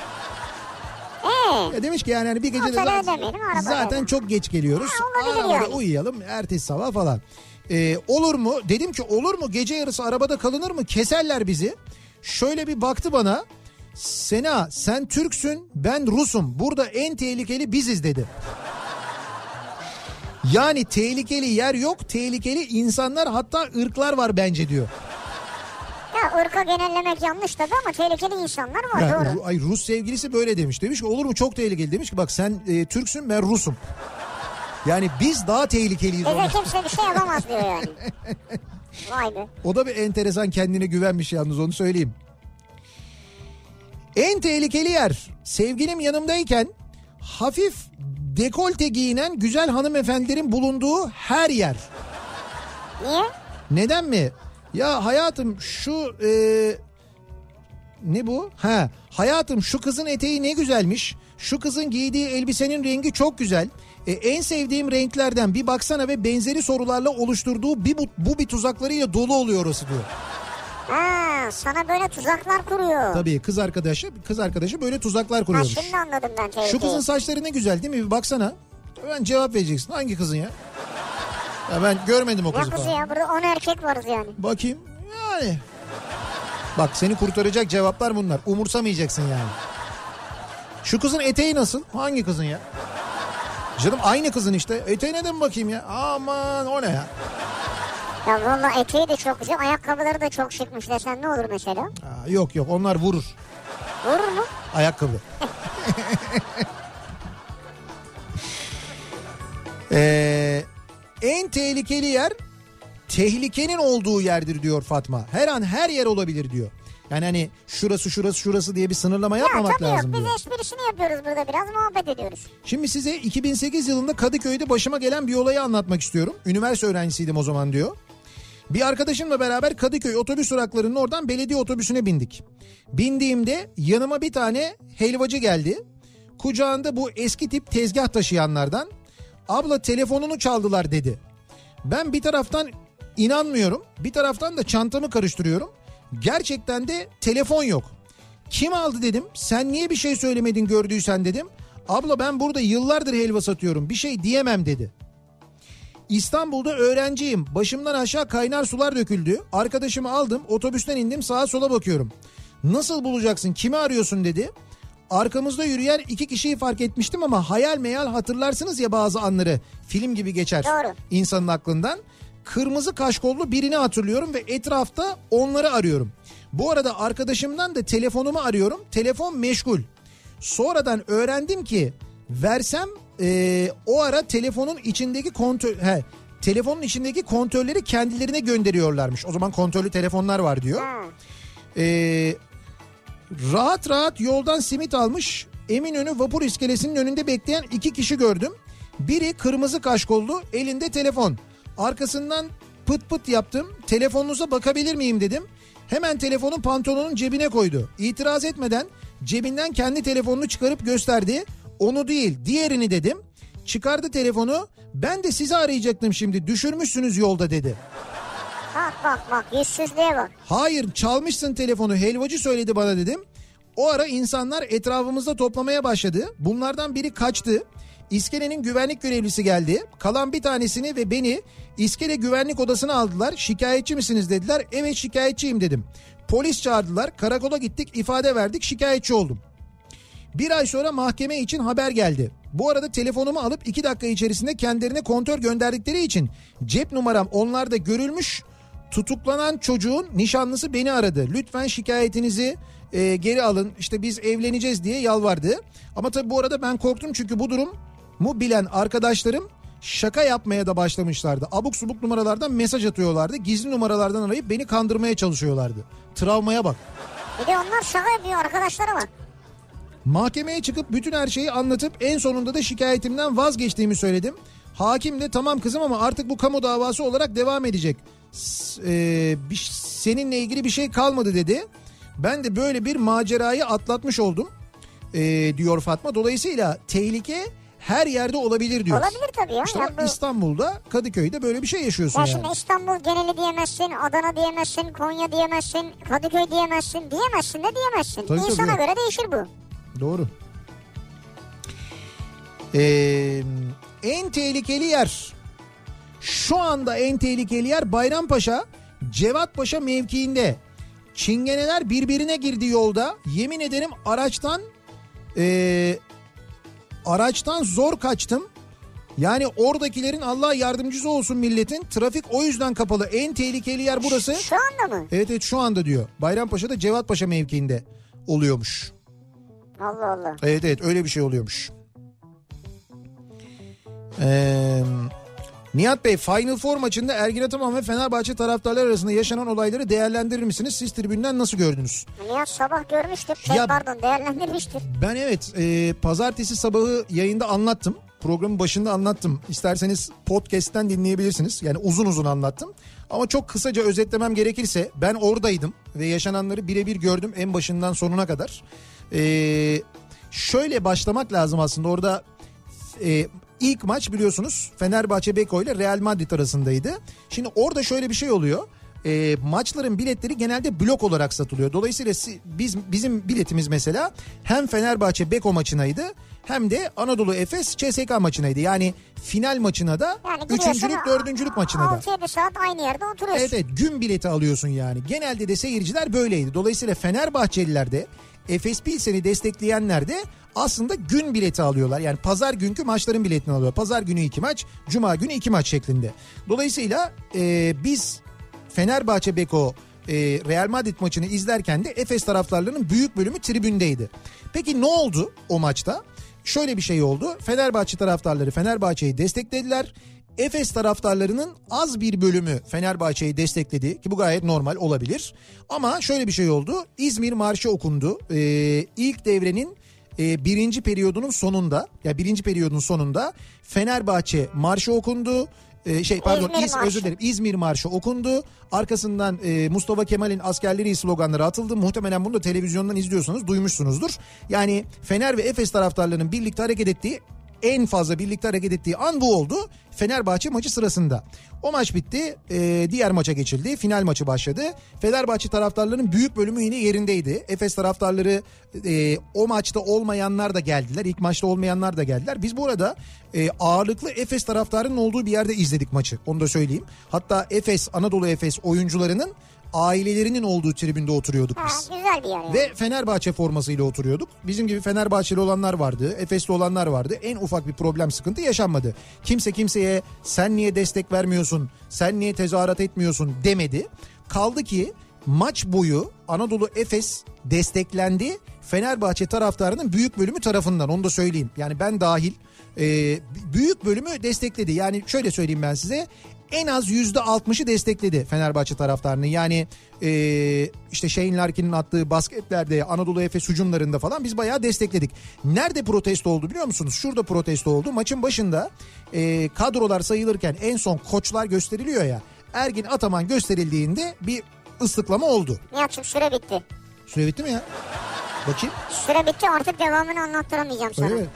Ee, Ya demiş ki yani hani bir gecede Otele zaten, ödemeyelim, arabada zaten ödemeyelim. çok geç geliyoruz. Ha, olabilir Arabada yani. uyuyalım ertesi sabah falan. Ee, olur mu? Dedim ki olur mu? Gece yarısı arabada kalınır mı? Keserler bizi. Şöyle bir baktı bana. Sena sen Türksün, ben Rusum. Burada en tehlikeli biziz dedi. Yani tehlikeli yer yok, tehlikeli insanlar, hatta ırklar var bence diyor. ya ırka genellemek yanlış tabii ama tehlikeli insanlar var, Yani, doğru. Ru- ay Rus sevgilisi böyle demiş. Demiş ki olur mu, çok tehlikeli. Demiş ki bak sen e, Türksün, ben Rusum. Yani biz daha tehlikeliyiz. Bize ondan. kimse bir şey yapamaz diyor yani. Vay be. O da bir enteresan, kendine güvenmiş yalnız, onu söyleyeyim. En tehlikeli yer sevgilim yanımdayken hafif dekolte giyinen güzel hanımefendilerin bulunduğu her yer. Niye? Neden mi? Ya hayatım şu e, ne bu? Ha, hayatım şu kızın eteği ne güzelmiş. Şu kızın giydiği elbisenin rengi çok güzel. E, en sevdiğim renklerden bir baksana ve benzeri sorularla oluşturduğu bir bu, bu bir tuzaklarıyla dolu oluyor orası diyor. Ha, sana böyle tuzaklar kuruyor. Tabii kız arkadaşı kız arkadaşı böyle tuzaklar Ha, kuruyormuş. şimdi anladım ben tehlikeyi. Şu kızın saçları ne güzel değil mi? Bir baksana. Ben cevap vereceksin. Hangi kızın ya? Ya ben görmedim o Ne kızı kızı falan. ya, burada on erkek varız yani. Bakayım. Yani. Bak seni kurtaracak cevaplar bunlar. Umursamayacaksın yani. Şu kızın eteği nasıl? Hangi kızın ya? Canım aynı kızın işte. Eteğine de mi bakayım ya? Aman o ne ya? Ya valla eteği de çok güzel, ayakkabıları da çok şıkmış desen ne olur mesela? Aa, yok yok onlar vurur. Vurur mu? Ayakkabı. ee, en tehlikeli yer tehlikenin olduğu yerdir diyor Fatma. Her an her yer olabilir diyor. Yani hani şurası şurası şurası diye bir sınırlama yapmamak ya tabii lazım yok, diyor. biz esprisini yapıyoruz burada, biraz muhabbet ediyoruz. Şimdi size iki bin sekiz yılında Kadıköy'de başıma gelen bir olayı anlatmak istiyorum. Üniversite öğrencisiydim o zaman diyor. Bir arkadaşımla beraber Kadıköy otobüs duraklarının oradan belediye otobüsüne bindik. Bindiğimde yanıma bir tane helvacı geldi. Kucağında bu eski tip tezgah taşıyanlardan. Abla telefonunu çaldılar dedi. Ben bir taraftan inanmıyorum, bir taraftan da çantamı karıştırıyorum. Gerçekten de telefon yok. Kim aldı dedim. Sen niye bir şey söylemedin gördüysen dedim. Abla ben burada yıllardır helva satıyorum, bir şey diyemem dedi. İstanbul'da öğrenciyim. Başımdan aşağı kaynar sular döküldü. Arkadaşımı aldım, otobüsten indim, sağa sola bakıyorum. Nasıl bulacaksın, kimi arıyorsun dedi. arkamızda yürüyen iki kişiyi fark etmiştim ama hayal meyal hatırlarsınız ya bazı anları. Film gibi geçer Doğru. insanın aklından. Kırmızı kaşkollu birini hatırlıyorum ve etrafta onları arıyorum. Bu arada arkadaşımdan da telefonumu arıyorum. Telefon meşgul. Sonradan öğrendim ki versem e, o ara telefonun içindeki kontör... He, telefonun içindeki kontörleri kendilerine gönderiyorlarmış. O zaman kontörlü telefonlar var diyor. Ee, rahat rahat yoldan simit almış Eminönü vapur iskelesinin önünde bekleyen iki kişi gördüm. Biri kırmızı kaşkollu, elinde telefon. Arkasından pıt pıt yaptım. Telefonunuza bakabilir miyim dedim. Hemen telefonu pantolonun cebine koydu. İtiraz etmeden cebinden kendi telefonunu çıkarıp gösterdi. Onu değil, diğerini dedim. Çıkardı telefonu. Ben de sizi arayacaktım şimdi. Düşürmüşsünüz yolda dedi. Bak bak bak yüzsüzlüğe bak. Hayır, çalmışsın telefonu, helvacı söyledi bana dedim. O ara insanlar etrafımızda toplamaya başladı. Bunlardan biri kaçtı. İskelenin güvenlik görevlisi geldi. Kalan bir tanesini ve beni iskele güvenlik odasına aldılar. Şikayetçi misiniz dediler. Evet şikayetçiyim dedim. Polis çağırdılar. Karakola gittik, ifade verdik, şikayetçi oldum. Bir ay sonra mahkeme için haber geldi. Bu arada telefonumu alıp iki dakika içerisinde kendilerine kontör gönderdikleri için cep numaram onlarda görülmüş. Tutuklanan çocuğun nişanlısı beni aradı. Lütfen şikayetinizi e, geri alın. İşte biz evleneceğiz diye yalvardı. Ama tabii bu arada ben korktum çünkü bu durumu bilen arkadaşlarım şaka yapmaya da başlamışlardı. Abuk subuk numaralardan mesaj atıyorlardı. Gizli numaralardan arayıp beni kandırmaya çalışıyorlardı. Travmaya bak. Bir de onlar şaka yapıyor, arkadaşları var. Mahkemeye çıkıp bütün her şeyi anlatıp en sonunda da şikayetimden vazgeçtiğimi söyledim. Hakim de tamam kızım ama artık bu kamu davası olarak devam edecek. Ee, bir, seninle ilgili bir şey kalmadı dedi. Ben de böyle bir macerayı atlatmış oldum ee, diyor Fatma. Dolayısıyla tehlike her yerde olabilir diyor. Olabilir tabii ya. İşte ya bak, bu... İstanbul'da, Kadıköy'de böyle bir şey yaşıyorsun ya yani. Şimdi İstanbul geneli diyemezsin, Adana diyemezsin, Konya diyemezsin, Kadıköy diyemezsin, diyemezsin de diyemezsin. Tabii, İnsana tabii. göre değişir bu. Doğru. Ee, en tehlikeli yer, şu anda en tehlikeli yer Bayrampaşa, Cevatpaşa mevkiinde. Çingeneler birbirine girdi yolda. Yemin ederim araçtan e, araçtan zor kaçtım. Yani oradakilerin Allah yardımcısı olsun milletin. Trafik o yüzden kapalı. En tehlikeli yer burası. Şu anda mı? Evet evet şu anda diyor. Bayrampaşa'da Cevatpaşa mevkiinde oluyormuş. Allah Allah. Evet evet öyle bir şey oluyormuş. Ee, Nihat Bey, Final Four maçında Ergin Ataman ve Fenerbahçe taraftarları arasında yaşanan olayları değerlendirir misiniz? Siz tribünden nasıl gördünüz? Nihat sabah görmüştür. Şey, Ya, pardon değerlendirmiştir. Ben evet e, pazartesi sabahı yayında anlattım. Programın başında anlattım. İsterseniz podcast'ten dinleyebilirsiniz. Yani uzun uzun anlattım. Ama çok kısaca özetlemem gerekirse ben oradaydım ve yaşananları birebir gördüm en başından sonuna kadar. Ee, şöyle başlamak lazım aslında orada. E, ilk maç biliyorsunuz Fenerbahçe Beko ile Real Madrid arasındaydı. Şimdi orada şöyle bir şey oluyor. E, maçların biletleri genelde blok olarak satılıyor. Dolayısıyla biz bizim biletimiz mesela hem Fenerbahçe Beko maçınaydı hem de Anadolu Efes C S K maçınaydı. Yani final maçına da yani üçüncülük dördüncülük maçına da. altı yedi saat aynı yerde oturuyorsun. Evet evet gün bileti alıyorsun yani. Genelde de seyirciler böyleydi. Dolayısıyla Fenerbahçeliler de Efes Pilsen'i destekleyenler de aslında gün bileti alıyorlar. Yani pazar günkü maçların biletini alıyor. Pazar günü iki maç, cuma günü iki maç şeklinde. Dolayısıyla e, biz Fenerbahçe Beko e, Real Madrid maçını izlerken de Efes taraftarlarının büyük bölümü tribündeydi. Peki ne oldu o maçta? Şöyle bir şey oldu. Fenerbahçe taraftarları Fenerbahçe'yi desteklediler. Efes taraftarlarının az bir bölümü Fenerbahçe'yi destekledi ki bu gayet normal olabilir. Ama şöyle bir şey oldu. İzmir Marşı okundu. Ee, ilk devrenin e, birinci periyodunun sonunda, ya yani birinci periyodun sonunda Fenerbahçe Marşı okundu. Ee, şey pardon İzmir İz, özür dilerim İzmir Marşı okundu. Arkasından e, Mustafa Kemal'in askerleri sloganları atıldı. Muhtemelen bunu da televizyondan izliyorsanız duymuşsunuzdur. Yani Fener ve Efes taraftarlarının birlikte hareket ettiği, en fazla birlikte hareket ettiği an bu oldu. Fenerbahçe maçı sırasında. O maç bitti. E, diğer maça geçildi. Final maçı başladı. Fenerbahçe taraftarlarının büyük bölümü yine yerindeydi. Efes taraftarları e, o maçta olmayanlar da geldiler. İlk maçta olmayanlar da geldiler. Biz bu arada e, ağırlıklı Efes taraftarının olduğu bir yerde izledik maçı. Onu da söyleyeyim. Hatta Efes, Anadolu Efes oyuncularının ailelerinin olduğu tribünde oturuyorduk Ha, biz. güzel bir yer yani. Ve Fenerbahçe formasıyla oturuyorduk. Bizim gibi Fenerbahçeli olanlar vardı, Efesli olanlar vardı. En ufak bir problem, sıkıntı yaşanmadı. Kimse kimseye sen niye destek vermiyorsun, sen niye tezahürat etmiyorsun demedi. Kaldı ki maç boyu Anadolu Efes desteklendi. Fenerbahçe taraftarının büyük bölümü tarafından, onu da söyleyeyim. Yani ben dahil e, büyük bölümü destekledi. Yani şöyle söyleyeyim ben size. En az yüzde altmışı destekledi Fenerbahçe taraftarını. Yani e, işte Shane Larkin'in attığı basketlerde, Anadolu Efes hücumlarında falan biz bayağı destekledik. Nerede protesto oldu biliyor musunuz? Şurada protesto oldu. Maçın başında e, kadrolar sayılırken en son koçlar gösteriliyor ya. Ergin Ataman gösterildiğinde bir ıslıklama oldu. Nihat'cığım süre bitti. Süre bitti mi ya? Bakayım. Süre bitti, artık devamını anlattıramayacağım sana. Evet.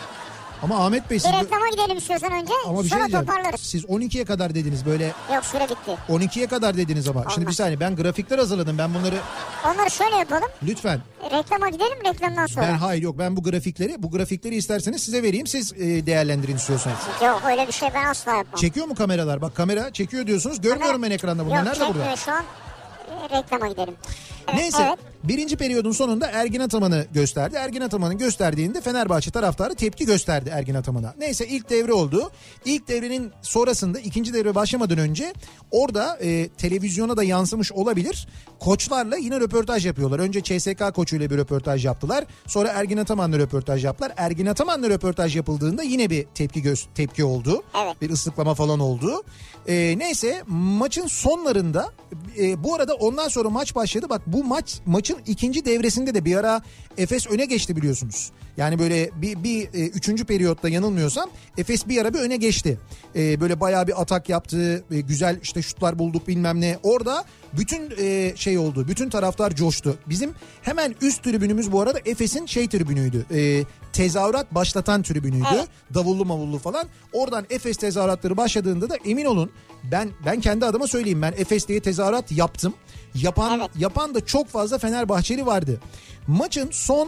Ama Ahmet Bey siz... Bir reklama gidelim istiyorsan önce, ama bir sonra şey toparlarız. Siz on ikiye kadar dediniz böyle. Yok, süre bitti. on ikiye kadar dediniz ama. Olmaz. Şimdi bir saniye, ben grafikler hazırladım. Ben bunları... Onları şöyle yapalım. Lütfen. Reklama gidelim, reklamdan sonra. Ben hayır yok ben bu grafikleri bu grafikleri isterseniz size vereyim, siz e, değerlendirin istiyorsanız. Yok, öyle bir şey ben asla yapmam. Çekiyor mu kameralar? Bak kamera çekiyor diyorsunuz. Görmüyorum Kamera- ben ekranda bunlar. Yok, Nerede çekmiyor burada? şu an. E, reklama gidelim. Evet, Neyse evet. birinci periyodun sonunda Ergin Ataman'ı gösterdi. Ergin Ataman'ın gösterdiğinde Fenerbahçe taraftarı tepki gösterdi Ergin Ataman'a. Neyse ilk devre oldu. İlk devrenin sonrasında ikinci devre başlamadan önce orada e, televizyona da yansımış olabilir. Koçlarla yine röportaj yapıyorlar. Önce C S K koçuyla bir röportaj yaptılar. Sonra Ergin Ataman'la röportaj yaptılar. Ergin Ataman'la röportaj yapıldığında yine bir tepki göz tepki oldu. Evet. Bir ıslıklama falan oldu. E, neyse maçın sonlarında e, bu arada ondan sonra maç başladı. Bak bu maç maçın ikinci devresinde de bir ara Efes öne geçti biliyorsunuz. Yani böyle bir, bir e, üçüncü periyotta yanılmıyorsam Efes bir ara bir öne geçti. E, böyle bayağı bir atak yaptı. E, güzel işte şutlar bulduk bilmem ne. Orada bütün e, şey oldu. Bütün taraftar coştu. Bizim hemen üst tribünümüz bu arada Efes'in şey tribünüydü. E, tezahürat başlatan tribünüydü. Evet. Davullu mavullu falan. Oradan Efes tezahüratları başladığında da emin olun ben ben kendi adıma söyleyeyim, ben Efes diye tezahürat yaptım. Yapan Evet. yapan da çok fazla Fenerbahçeli vardı. Maçın son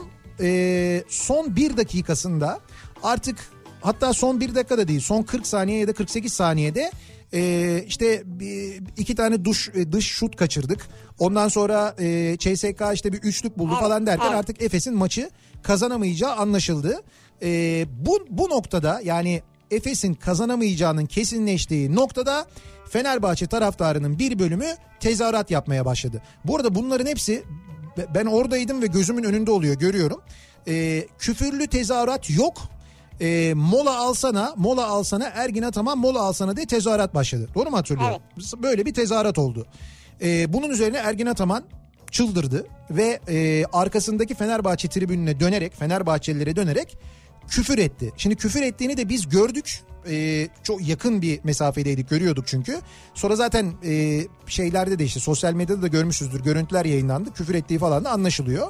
e, son bir dakikasında artık, hatta son bir dakikada değil, son kırk saniye ya da kırk sekiz saniyede e, işte bir, iki tane duş, dış şut kaçırdık. Ondan sonra e, C S K işte bir üçlük buldu Evet, falan derken evet. artık Efes'in maçı kazanamayacağı anlaşıldı. E, bu, bu noktada yani Efes'in kazanamayacağının kesinleştiği noktada Fenerbahçe taraftarının bir bölümü tezahürat yapmaya başladı. Bu arada bunların hepsi, ben oradaydım ve gözümün önünde oluyor, görüyorum. Ee, küfürlü tezahürat yok. Ee, mola alsana, mola alsana, Ergin Ataman mola alsana diye tezahürat başladı. Doğru mu hatırlıyorum? Böyle bir tezahürat oldu. Ee, bunun üzerine Ergin Ataman çıldırdı ve e, arkasındaki Fenerbahçe tribününe dönerek, Fenerbahçelilere dönerek küfür etti. Şimdi küfür ettiğini de biz gördük. Ee, çok yakın bir mesafedeydik, görüyorduk çünkü. Sonra zaten e, şeylerde de işte sosyal medyada da görmüşüzdür. Görüntüler yayınlandı. Küfür ettiği falan da anlaşılıyor.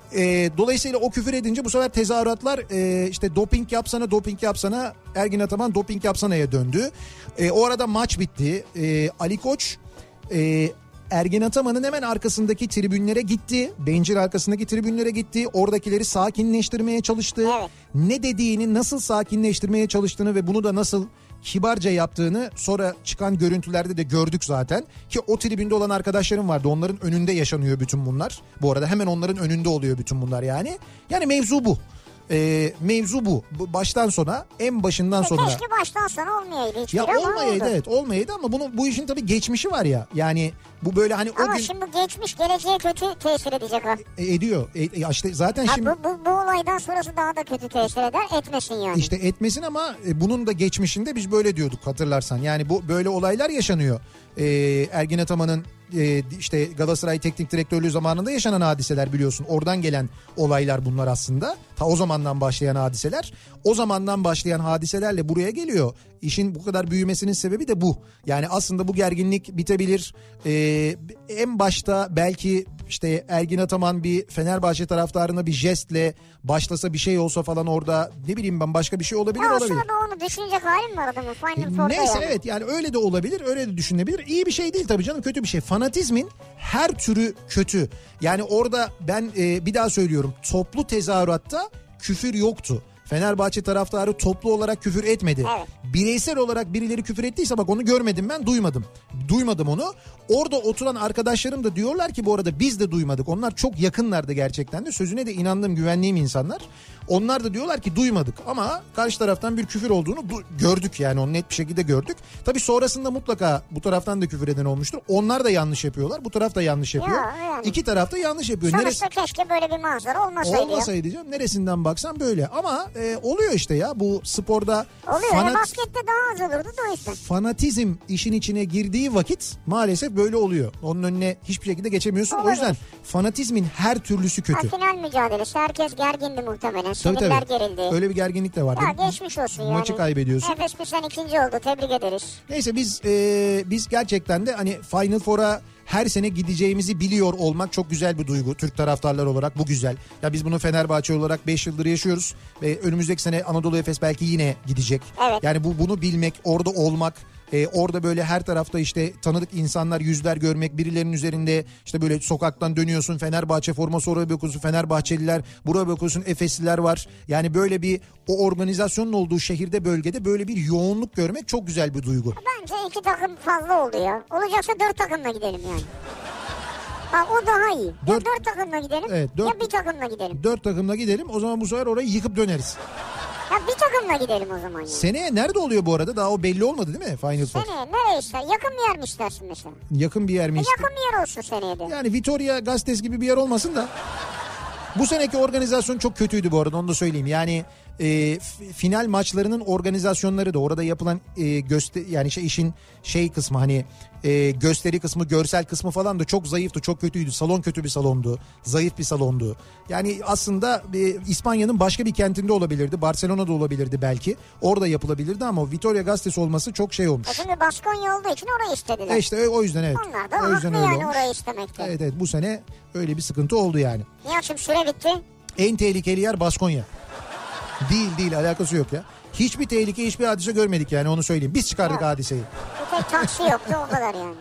E, dolayısıyla o küfür edince bu sefer tezahüratlar e, işte doping yapsana, doping yapsana, Ergin Ataman doping yapsana'ya döndü. E, o arada maç bitti. E, Ali Koç e, Ergin Ataman'ın hemen arkasındaki tribünlere gitti. Bencil arkasındaki tribünlere gitti. Oradakileri sakinleştirmeye çalıştı. Evet. Ne dediğini, nasıl sakinleştirmeye çalıştığını ve bunu da nasıl kibarca yaptığını sonra çıkan görüntülerde de gördük zaten. Ki o tribünde olan arkadaşlarım vardı. Onların önünde yaşanıyor bütün bunlar. Bu arada hemen onların önünde oluyor bütün bunlar yani. Yani mevzu bu. Ee, mevzu bu. Bu baştan sona, en başından sonra. Keşke baştan sona olmayaydı hiçbir Ya ama olmayaydı oldu. evet, olmayaydı ama bunu, bu işin tabii geçmişi var ya. Yani bu böyle hani o Ama gün şimdi bu geçmiş geleceğe kötü tesir edecek ha. e, ediyor. E, e, işte zaten Ha, şimdi bu, bu, bu olaydan sonrası daha da kötü tesir eder, etmesin yani. işte etmesin ama e, bunun da geçmişinde biz böyle diyorduk hatırlarsan. Yani bu böyle olaylar yaşanıyor. E, Ergin Ataman'ın e, işte Galatasaray Teknik Direktörlüğü zamanında yaşanan hadiseler biliyorsun. Oradan gelen olaylar bunlar aslında. Ta o zamandan başlayan hadiseler. O zamandan başlayan hadiselerle buraya geliyor. İşin bu kadar büyümesinin sebebi de bu. Yani aslında bu gerginlik bitebilir. E, en başta belki işte Ergin Ataman bir Fenerbahçe taraftarına bir jestle başlasa, bir şey olsa falan orada, ne bileyim ben, başka bir şey olabilir Ya olabilir. aslında onu düşünecek halim var adamın. Final Four'da Neyse yani. evet, yani öyle de olabilir, öyle de düşünebilir. İyi bir şey değil tabii canım, kötü bir şey. Fanatizmin her türü kötü. Yani orada ben e, bir daha söylüyorum, toplu tezahüratta küfür yoktu. Fenerbahçe taraftarı toplu olarak küfür etmedi. Evet. Bireysel olarak birileri küfür ettiyse bak onu görmedim ben, duymadım. Duymadım onu. Orada oturan arkadaşlarım da diyorlar ki bu arada biz de duymadık. Onlar çok yakınlardı gerçekten de. Sözüne de inandığım, güvendiğim insanlar. Onlar da diyorlar ki duymadık ama karşı taraftan bir küfür olduğunu du- gördük yani, onu net bir şekilde gördük. Tabii sonrasında mutlaka bu taraftan da küfür eden olmuştur. Onlar da yanlış yapıyorlar. Bu taraf da yanlış yapıyor. Ya, yani. İki taraf da yanlış yapıyor. Sonuçta Neresi... keşke böyle bir manzara olmasaydı. Olmasaydı canım, neresinden baksan böyle. Ama e, oluyor işte ya bu sporda. Oluyor. Fanat... Baskette daha az olurdu da o yüzden. Fanatizm işin içine girdiği vakit maalesef böyle oluyor. Onun önüne hiçbir şekilde geçemiyorsun. Olabilir. O yüzden fanatizmin her türlüsü kötü. Ha, final mücadelesi. Herkes gergindi muhtemelen. Tabii, Sinirler tabii. gerildi. Öyle bir gerginlik de vardı. Ya geçmiş olsun yani. Maçı kaybediyorsun. Efes bir sen ikinci oldu. Tebrik ederiz. Neyse biz e, biz gerçekten de hani Final Four'a her sene gideceğimizi biliyor olmak çok güzel bir duygu. Türk taraftarlar olarak bu güzel. Ya biz bunu Fenerbahçe olarak beş yıldır yaşıyoruz. Ve önümüzdeki sene Anadolu Efes belki yine gidecek. Evet. Yani bu bunu bilmek, orada olmak, e, orada böyle her tarafta işte tanıdık insanlar, yüzler görmek, birilerinin üzerinde işte böyle sokaktan dönüyorsun. Fenerbahçe forması, oraya bakıyorsun Fenerbahçeliler, buraya bakıyorsun Efesliler var. Yani böyle bir o organizasyonun olduğu şehirde, bölgede böyle bir yoğunluk görmek çok güzel bir duygu. Bence iki takım fazla oldu ya. Olacaksa dört takımla gidelim yani. Ha, o daha iyi. Dört- Ya dört takımla gidelim Evet, dört- ya bir takımla gidelim. Dört takımla gidelim, o zaman bu sefer orayı yıkıp döneriz. Ya bir takımla gidelim o zaman yani. Seneye nerede oluyor bu arada? Daha o belli olmadı değil mi Final Four? Seneye nereye işte? Yakın bir yer mi istersin mesela? Yakın bir yer mi E, işte? yakın bir yer olsun seneye de. Yani Vitoria Gaztes gibi bir yer olmasın da. Bu seneki organizasyon çok kötüydü bu arada, onu da söyleyeyim. Yani e, f- final maçlarının organizasyonları da orada yapılan e, göster yani şey işin şey kısmı, hani e, gösteri kısmı, görsel kısmı falan da çok zayıftı, çok kötüydü. Salon kötü bir salondu, zayıf bir salondu. Yani aslında e, İspanya'nın başka bir kentinde olabilirdi, Barcelona'da olabilirdi belki. Orada yapılabilirdi ama Vitoria Gaztes olması çok şey olmuş. E şimdi Baskonya olduğu için orayı istediler. E işte o yüzden evet. Onlar da O yüzden haklı öyle yani olmuş. orayı istemekte. Evet evet, bu sene öyle bir sıkıntı oldu yani. Nihat'cığım süre bitti. En tehlikeli yer Baskonya. Değil değil, alakası yok ya. Hiçbir tehlike, hiçbir hadise görmedik yani, onu söyleyeyim. Biz çıkardık Yok. hadiseyi. Bir tek taksi yoktu o kadar yani.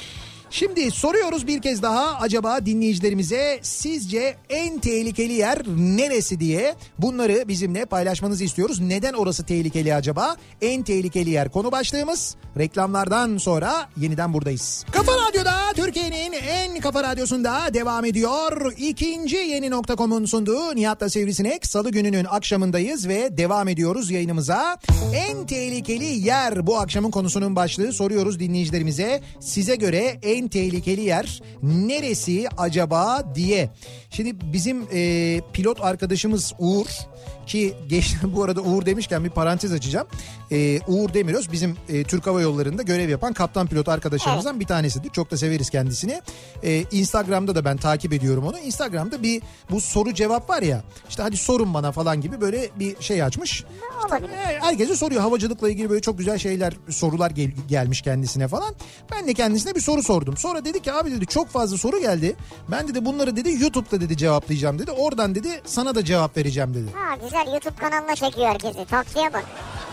Şimdi soruyoruz bir kez daha, acaba dinleyicilerimize sizce en tehlikeli yer neresi diye, bunları bizimle paylaşmanızı istiyoruz. Neden orası tehlikeli acaba? En tehlikeli yer konu başlığımız. Reklamlardan sonra yeniden buradayız. Kafa Radyo'da, Türkiye'nin en kafa radyosunda devam ediyor. İkinci yeni nokta com'un sunduğu Nihat'la Sivrisinek. Salı gününün akşamındayız ve devam ediyoruz yayınımıza. En tehlikeli yer bu akşamın konusunun başlığı. Soruyoruz dinleyicilerimize, size göre en En tehlikeli yer neresi acaba diye. Şimdi bizim e, pilot arkadaşımız Uğur, ki geç, bu arada Uğur demişken bir parantez açacağım. E, Uğur Demiröz bizim e, Türk Hava Yolları'nda görev yapan kaptan pilot arkadaşlarımızdan evet. bir tanesidir. Çok da severiz kendisini. E, Instagram'da da ben takip ediyorum onu. Instagram'da bir bu soru cevap var ya, işte hadi sorun bana falan gibi böyle bir şey açmış. İşte, e, herkese soruyor, havacılıkla ilgili böyle çok güzel şeyler, sorular gel, gelmiş kendisine falan. Ben de kendisine bir soru sordum. Sonra dedi ki abi dedi çok fazla soru geldi. Ben dedi bunları dedi YouTube'da dedi cevaplayacağım dedi. Oradan dedi sana da cevap vereceğim dedi. Ha güzel, YouTube kanalına çekiyor herkesi. Taksiye bak.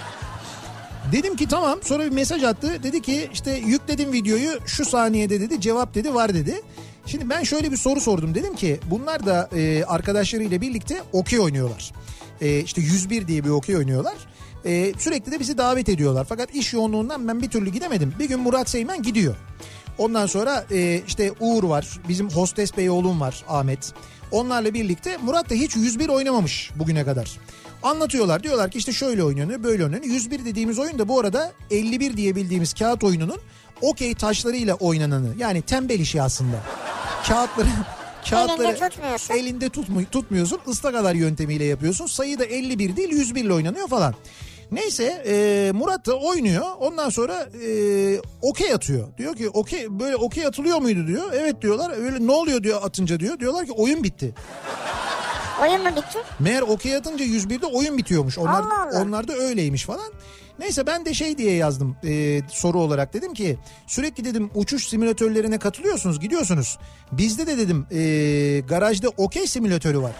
Dedim ki tamam. Sonra bir mesaj attı. Dedi ki işte yükledim videoyu, şu saniyede dedi cevap dedi var dedi. Şimdi ben şöyle bir soru sordum. Dedim ki bunlar da e, arkadaşlarıyla birlikte okey oynuyorlar. E, işte yüz bir diye bir okey oynuyorlar. E, sürekli de bizi davet ediyorlar. Fakat iş yoğunluğundan ben bir türlü gidemedim. Bir gün Murat Seymen gidiyor. Ondan sonra e, işte Uğur var. Bizim hostes bey oğlum var, Ahmet. Onlarla birlikte Murat da hiç yüz bir oynamamış bugüne kadar. Anlatıyorlar, diyorlar ki işte şöyle oynanıyor, böyle oynanıyor. yüz bir dediğimiz oyun da bu arada elli bir diye bildiğimiz kağıt oyununun okey taşlarıyla oynananı. Yani tembel işi aslında. Kağıtları... Kağıtları elinde tutmuyorsun. Elinde tutmu, tutmuyorsun. Istakalar yöntemiyle yapıyorsun. Sayı da elli bir değil yüz bir ile oynanıyor falan. Neyse e, Murat da oynuyor. Ondan sonra e, okey atıyor. Diyor ki okey, böyle okey atılıyor muydu diyor. Evet diyorlar. Öyle ne oluyor diyor atınca diyor. Diyorlar ki oyun bitti. Oyun mu bitti? Meğer okey atınca yüz birde oyun bitiyormuş. Onlar, Allah Allah. onlar da öyleymiş falan. Neyse ben de şey diye yazdım e, soru olarak, dedim ki sürekli dedim uçuş simülatörlerine katılıyorsunuz, gidiyorsunuz. Bizde de dedim e, garajda okey simülatörü var.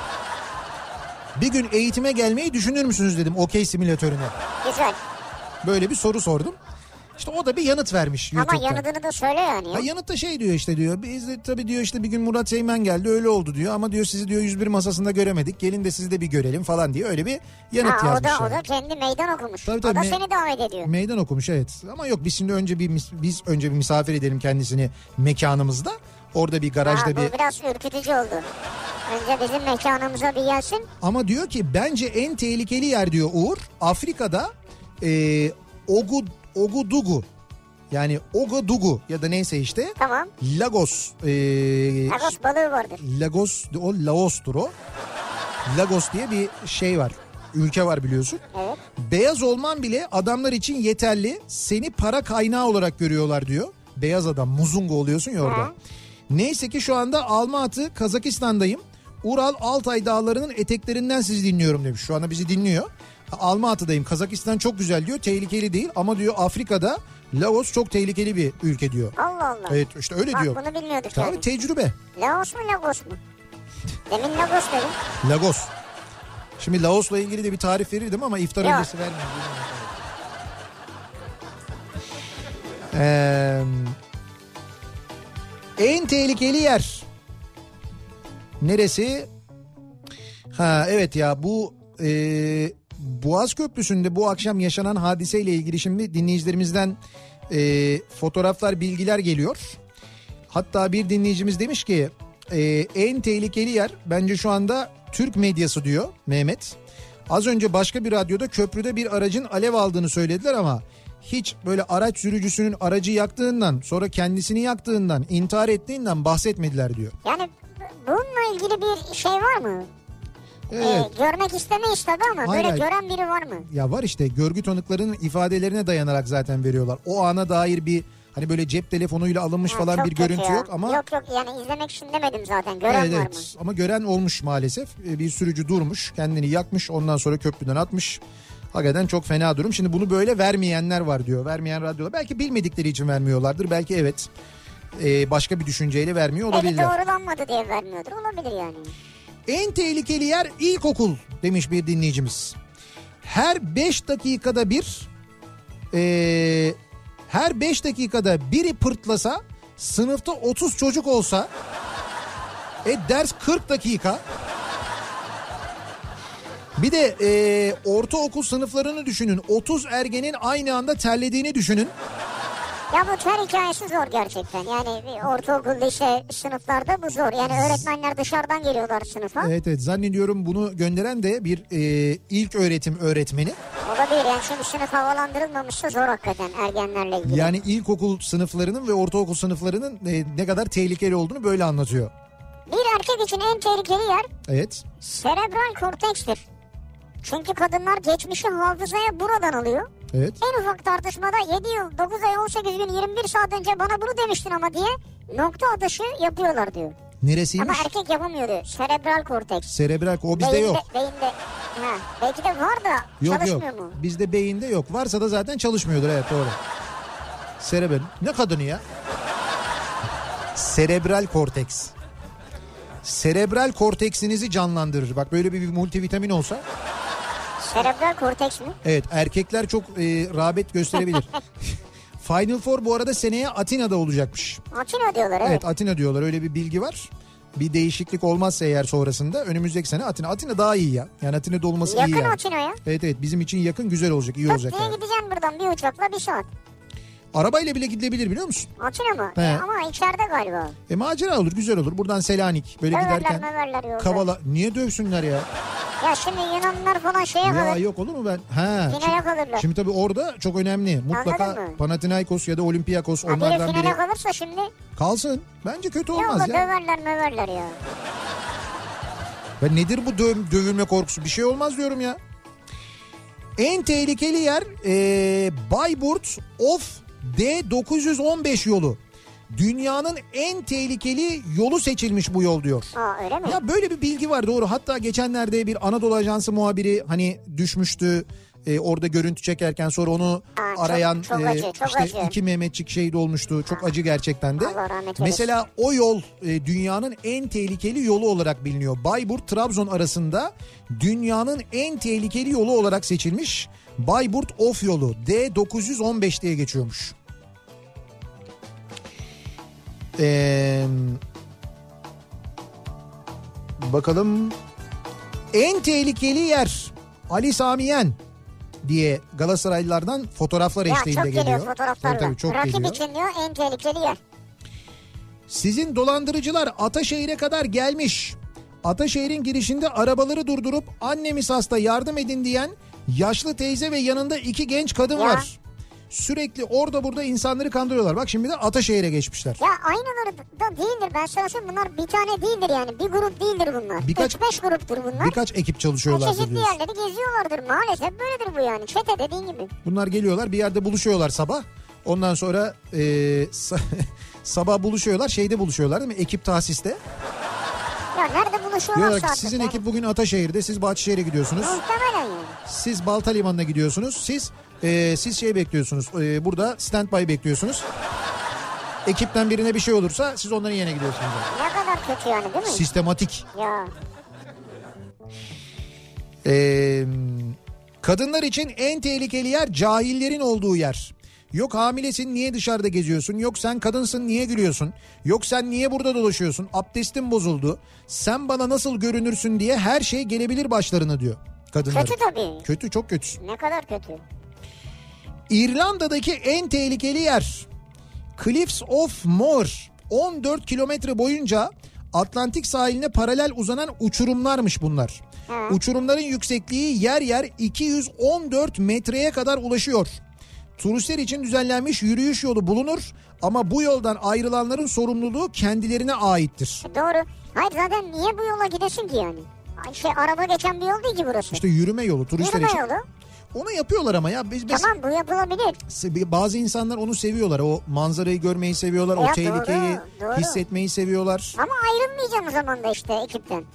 Bir gün eğitime gelmeyi düşünür müsünüz dedim okey simülatörüne. Güzel. Böyle bir soru sordum. İşte o da bir yanıt vermiş YouTube'da. Ama yanıtını da söyle yani. Ya. Ha, yanıtta şey diyor işte diyor. Biz de tabii diyor işte bir gün Murat Seymen geldi öyle oldu diyor. Ama diyor sizi diyor yüz bir masasında göremedik. Gelin de sizi de bir görelim falan diye öyle bir yanıt ha, yazmış. O da, yani. o da kendi meydan okumuş. Tabii, tabii, o da me- seni davet ediyor. Meydan okumuş evet. Ama yok biz şimdi önce bir biz önce bir misafir edelim kendisini mekanımızda. Orada bir garajda ha, bir... Bu biraz ürkütücü oldu. Önce bizim mekanımıza bir gelsin. Ama diyor ki bence en tehlikeli yer diyor Uğur. Afrika'da e, Ogu, Ogudugu. Yani Ogadugu ya da neyse işte. Tamam. Lagos. E, Lagos balığı vardır. Lagos, o Laos'tur o. Lagos diye bir şey var. Ülke var biliyorsun. Evet. Beyaz olman bile adamlar için yeterli. Seni para kaynağı olarak görüyorlar diyor. Beyaz adam, muzungu oluyorsun ya orada. Ha. Neyse ki şu anda Almatı, Kazakistan'dayım. Ural Altay dağlarının eteklerinden sizi dinliyorum demiş. Şu anda bizi dinliyor. Almatı'dayım. Kazakistan çok güzel diyor. Tehlikeli değil ama diyor Afrika'da Laos çok tehlikeli bir ülke diyor. Allah Allah. Evet işte öyle Bak, diyor. bunu bilmiyorduk Tabii yani. tecrübe. Laos mu Lagos mu? Demin Lagos dedim. Lagos. Şimdi Laos'la ilgili de bir tarif verirdim ama iftar Yok. öncesi vermeyeyim. Ee, en tehlikeli yer neresi? Ha evet ya bu e, Boğaz Köprüsü'nde bu akşam yaşanan hadiseyle ilgili şimdi dinleyicilerimizden e, fotoğraflar, bilgiler geliyor. Hatta bir dinleyicimiz demiş ki e, en tehlikeli yer bence şu anda Türk medyası diyor Mehmet. Az önce başka bir radyoda köprüde bir aracın alev aldığını söylediler ama hiç böyle araç sürücüsünün aracı yaktığından, sonra kendisini yaktığından, intihar ettiğinden bahsetmediler diyor. Yani bununla ilgili bir şey var mı? Evet. Ee, görmek istemeyiz tabii ama Hayır, böyle hayır. gören biri var mı? Ya var işte görgü tanıklarının ifadelerine dayanarak zaten veriyorlar. O ana dair bir hani böyle cep telefonuyla alınmış Ha, falan çok bir kötü görüntü ya. yok ama... Yok yok yani izlemek için demedim zaten. Gören Evet, var mı? evet. Ama gören olmuş maalesef. Ee, Bir sürücü durmuş, kendini yakmış, ondan sonra köprüden atmış. Hakikaten çok fena durum. Şimdi bunu böyle vermeyenler var diyor. Vermeyen radyolar. Belki bilmedikleri için vermiyorlardır. Belki evet ee, başka bir düşünceyle vermiyor Belki olabilirler. doğrulanmadı diye vermiyordur. Olabilir yani. En tehlikeli yer ilkokul demiş bir dinleyicimiz. Her beş dakikada bir ee, her beş dakikada biri pırtlasa, sınıfta otuz çocuk olsa e ders kırk dakika. Bir de e, ortaokul sınıflarını düşünün. otuz ergenin aynı anda terlediğini düşünün. Ya bu ter hikayesi zor gerçekten. Yani bir ortaokul, lise sınıflarda bu zor. Yani öğretmenler dışarıdan geliyorlar sınıfa. Evet evet zannediyorum bunu gönderen de bir e, ilk öğretim öğretmeni. Olabilir yani çünkü sınıf havalandırılmamışsa zor hakikaten ergenlerle ilgili. Yani ilkokul sınıflarının ve ortaokul sınıflarının e, ne kadar tehlikeli olduğunu böyle anlatıyor. Bir erkek için en tehlikeli yer Evet. serebral kortekstir. Çünkü kadınlar geçmişi hafızaya buradan alıyor. Evet. En ufak tartışmada yedi yıl, dokuz ay, on sekiz gün, yirmi bir saat önce bana bunu demiştin ama diye nokta atışı yapıyorlar diyor. Neresiymiş? Ama erkek yapamıyor diyor. Serebral korteks. Serebral o bizde beyinde, yok. Beyinde. Ha, belki de var da Yok çalışmıyor yok. mu? Bizde beyinde yok. Varsa da zaten çalışmıyordur evet doğru. Serebral. Ne kadını ya? Serebral korteks. Serebral korteksinizi canlandırır. Bak böyle bir, bir multivitamin olsa. Serebral korteks mi? Evet erkekler çok e, rağbet gösterebilir. Final Four bu arada seneye Atina'da olacakmış. Atina diyorlar evet. Evet Atina diyorlar öyle bir bilgi var. Bir değişiklik olmazsa eğer sonrasında önümüzdeki sene Atina. Atina daha iyi ya. Yani Atina'da olması Yakın iyi yani. Atina'ya. Evet evet bizim için yakın güzel olacak iyi Bak olacak. diye Yani. gideceksin buradan bir uçakla bir saat. Arabayla bile gidilebilir biliyor musun? Atina mı? He. E, ama içeride galiba. E macera olur güzel olur. Buradan Selanik böyle Döverler giderken. möverler yolda. Kavala. Niye dövsünler ya? Ya şimdi Yunanlılar falan şeye Ya kalır. yok olur mu ben? Ha. Finale kalırlar. Şimdi tabii orada çok önemli. Mutlaka Anladın mı? Panathinaikos ya da Olympiakos Ha, biri onlardan finale biri kalırsa şimdi kalsın. Bence kötü yolda olmaz ya. döverler möverler ya. Ya nedir bu döv- dövülme korkusu? Bir şey olmaz diyorum ya. En tehlikeli yer ee, Bayburt Of D dokuz yüz on beş yolu. Dünyanın en tehlikeli yolu seçilmiş bu yol diyor. Aa öyle mi? Ya böyle bir bilgi var doğru. Hatta geçenlerde bir Anadolu Ajansı muhabiri hani düşmüştü. e, orada görüntü çekerken sonra onu Aa, çok- arayan çok e, acı, çok işte acı. iki Mehmetçik şehit olmuştu. Çok acı gerçekten de. Allah rahmet eylesin. Mesela o yol e, dünyanın en tehlikeli yolu olarak biliniyor. Bayburt-Trabzon arasında dünyanın en tehlikeli yolu olarak seçilmiş. Bayburt Of yolu D dokuz yüz on beş diye geçiyormuş. Eee... Bakalım, en tehlikeli yer Ali Sami Yen diye Galatasaraylılardan fotoğraflar Ya eşliğinde çok geliyor geliyor. fotoğraflarla. Tabii, tabii, çok Rakip geliyor. için diyor en tehlikeli yer. Sizin dolandırıcılar Ataşehir'e kadar gelmiş. Ataşehir'in girişinde arabaları durdurup annemiz hasta yardım edin diyen yaşlı teyze ve yanında iki genç kadın Ya. var. Sürekli orada burada insanları kandırıyorlar. Bak şimdi de Ataşehir'e geçmişler. Ya aynıları da değildir, ben sana söyleyeyim, bunlar bir tane değildir yani, bir grup değildir bunlar. Birkaç- üç beş gruptur bunlar. Birkaç ekip Ve çalışıyorlardır çeşitli diyorsun. yerleri geziyorlardır, maalesef böyledir bu yani, çete dediğin gibi. Bunlar geliyorlar, bir yerde buluşuyorlar sabah. Ondan sonra e, sa- sabah buluşuyorlar, şeyde buluşuyorlar değil mi? Ekip tahsiste. Ya nerede buluşuyorlar Diyorlar ki artık sizin yani. ekip bugün Ataşehir'de, siz Bahçeşehir'e gidiyorsunuz. Muhtemelen yani. Siz Balta Limanı'na gidiyorsunuz. Siz e, siz şey bekliyorsunuz. E, burada standby bekliyorsunuz. Ekipten birine bir şey olursa siz onların yerine gidiyorsunuz. Ne kadar kötü yani, değil mi? Sistematik. Ya Ee, kadınlar için en tehlikeli yer cahillerin olduğu yer. Yok hamilesin niye dışarıda geziyorsun? Yok sen kadınsın niye gülüyorsun? Yok sen niye burada dolaşıyorsun? Abdestin bozuldu. Sen bana nasıl görünürsün diye her şey gelebilir başlarına diyor kadınlar. kötü tabii. Kötü, çok kötü. Ne kadar kötü. İrlanda'daki en tehlikeli yer Cliffs of Moher. on dört kilometre boyunca Atlantik sahiline paralel uzanan uçurumlarmış bunlar. Ha. Uçurumların yüksekliği yer yer iki yüz on dört metreye kadar ulaşıyor. Turistler için düzenlenmiş yürüyüş yolu bulunur ama bu yoldan ayrılanların sorumluluğu kendilerine aittir. Doğru. Hayır zaten niye bu yola gidesin ki yani? Ay Şey araba geçen bir yol değil ki burası. İşte yürüme yolu turistler Yürüme için. yolu. Onu yapıyorlar ama ya biz, biz Tamam, bu yapılabilir. se- bazı insanlar onu seviyorlar. O manzarayı görmeyi seviyorlar. Ya o doğru, tehlikeyi doğru. hissetmeyi seviyorlar. Ama ayrılmayacağım o zaman da işte ekipten.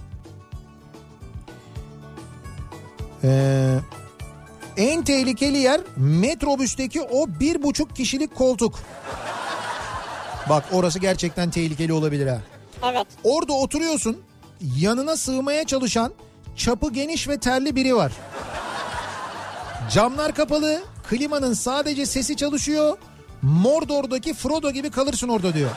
Ee, en tehlikeli yer metrobüsteki o bir buçuk kişilik koltuk. Bak orası gerçekten tehlikeli olabilir ha. Evet. Orada oturuyorsun, yanına sığmaya çalışan çapı geniş ve terli biri var. Camlar kapalı, klimanın sadece sesi çalışıyor. Mordor'daki Frodo gibi kalırsın orada diyor.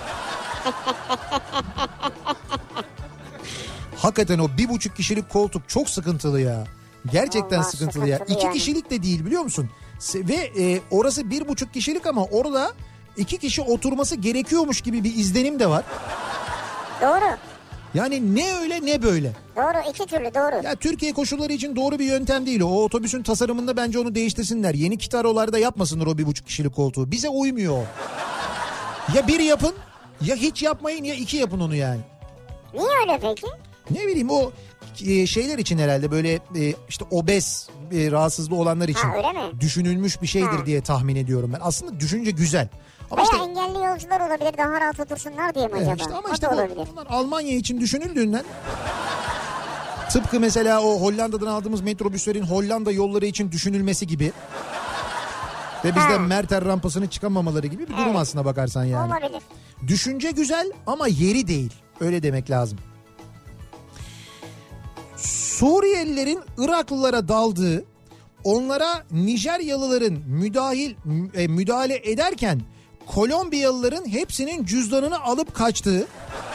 Hakikaten o bir buçuk kişilik koltuk çok sıkıntılı ya. Gerçekten Vallahi sıkıntılı ya. sıkıntılı İki yani. kişilik de değil biliyor musun? Se- Ve e, orası bir buçuk kişilik ama orada iki kişi oturması gerekiyormuş gibi bir izlenim de var. Doğru. Yani ne öyle ne böyle. Doğru, iki türlü doğru. Ya Türkiye koşulları için doğru bir yöntem değil. O otobüsün tasarımında bence onu değiştirsinler. Yeni Kitarolarda yapmasınlar o bir buçuk kişilik koltuğu. Bize uymuyor o. Ya bir yapın ya hiç yapmayın ya iki yapın onu yani. Niye öyle peki? Ne bileyim o e, şeyler için herhalde böyle e, işte obez e, rahatsızlığı olanlar için Ha, öyle mi? düşünülmüş bir şeydir Ha. diye tahmin ediyorum ben. Aslında düşünce güzel. Ama Veya işte, engelli yolcular olabilir, daha rahat otursunlar diye mi evet, acaba? işte ama O işte da bu- olabilir. bunlar Almanya için düşünüldüğünden tıpkı mesela o Hollanda'dan aldığımız metrobüslerin Hollanda yolları için düşünülmesi gibi ve bizde Ha. Merter rampasını çıkamamaları gibi bir durum Evet. aslına bakarsan yani. Olabilir. Düşünce güzel ama yeri değil. Öyle demek lazım. Suriyelilerin Iraklılara daldığı, onlara Nijeryalıların müdahil e, müdahale ederken Kolombiyalıların hepsinin cüzdanını alıp kaçtığı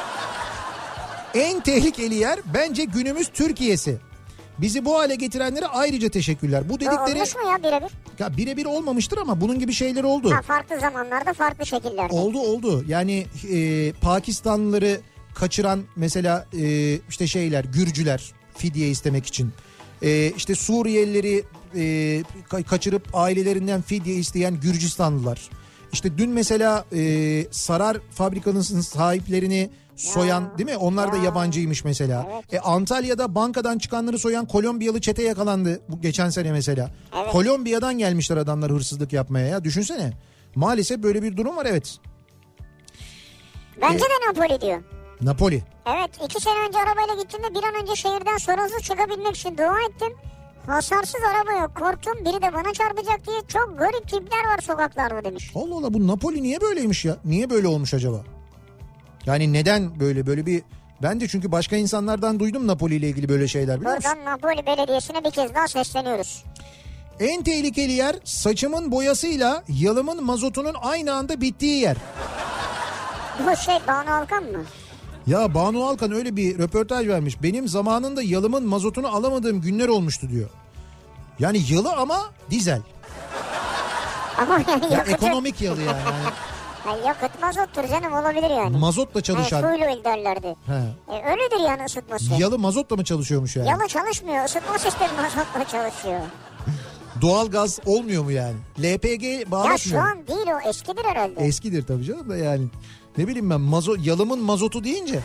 en tehlikeli yer bence günümüz Türkiye'si. Bizi bu hale getirenlere ayrıca teşekkürler. Bu O dedikleri olmuş mu ya birebir? ya birebir olmamıştır ama bunun gibi şeyler oldu. Ha, farklı zamanlarda farklı şekillerde. Oldu oldu. Yani e, Pakistanlıları kaçıran mesela e, işte şeyler Gürcüler fidye istemek için. E, işte Suriyelileri e, ka- kaçırıp ailelerinden fidye isteyen Gürcistanlılar. İşte dün mesela e, Sarar fabrikanın sahiplerini soyan Ya, değil mi? Onlar da ya. yabancıymış mesela. Evet. E, Antalya'da bankadan çıkanları soyan Kolombiyalı çete yakalandı bu geçen sene mesela. Evet. Kolombiya'dan gelmişler adamlar hırsızlık yapmaya ya düşünsene. Maalesef böyle bir durum var evet. Bence de Napoli diyor. Napoli. Evet, iki sene önce arabayla gittiğimde bir an önce şehirden sorunsuz çıkabilmek için dua ettim. Hasarsız araba yok. Korktum biri de bana çarpacak diye. Çok garip tipler var sokaklarda demiş. Allah Allah, bu Napoli niye böyleymiş ya? Niye böyle olmuş acaba? Yani neden böyle böyle bir... Ben de çünkü başka insanlardan duydum Napoli ile ilgili böyle şeyler, biliyor musun? Buradan Napoli Belediyesi'ne bir kez daha sesleniyoruz. En tehlikeli yer saçımın boyasıyla yalımın mazotunun aynı anda bittiği yer. Bu şey Banu Alkan mı? Ya Banu Alkan öyle bir röportaj vermiş. Benim zamanında yalımın mazotunu alamadığım günler olmuştu diyor. Yani yalı ama dizel. Ama yani Ya yakıtı... ekonomik yalı yani. yani Yani yakıt mazottur canım, olabilir yani. mazotla çalışan. Yani fuel oil derlerdi. He. E, öyledir yani ısıtması. Yalı mazotla mı çalışıyormuş yani? Yalı çalışmıyor, ısıtma sistemi mazotla çalışıyor. Doğal gaz olmuyor mu yani? L P G Ya şu bağlatmıyor. an değil, o eskidir herhalde. Eskidir tabii canım da yani. Ne bileyim ben, mazo, yalımın mazotu deyince.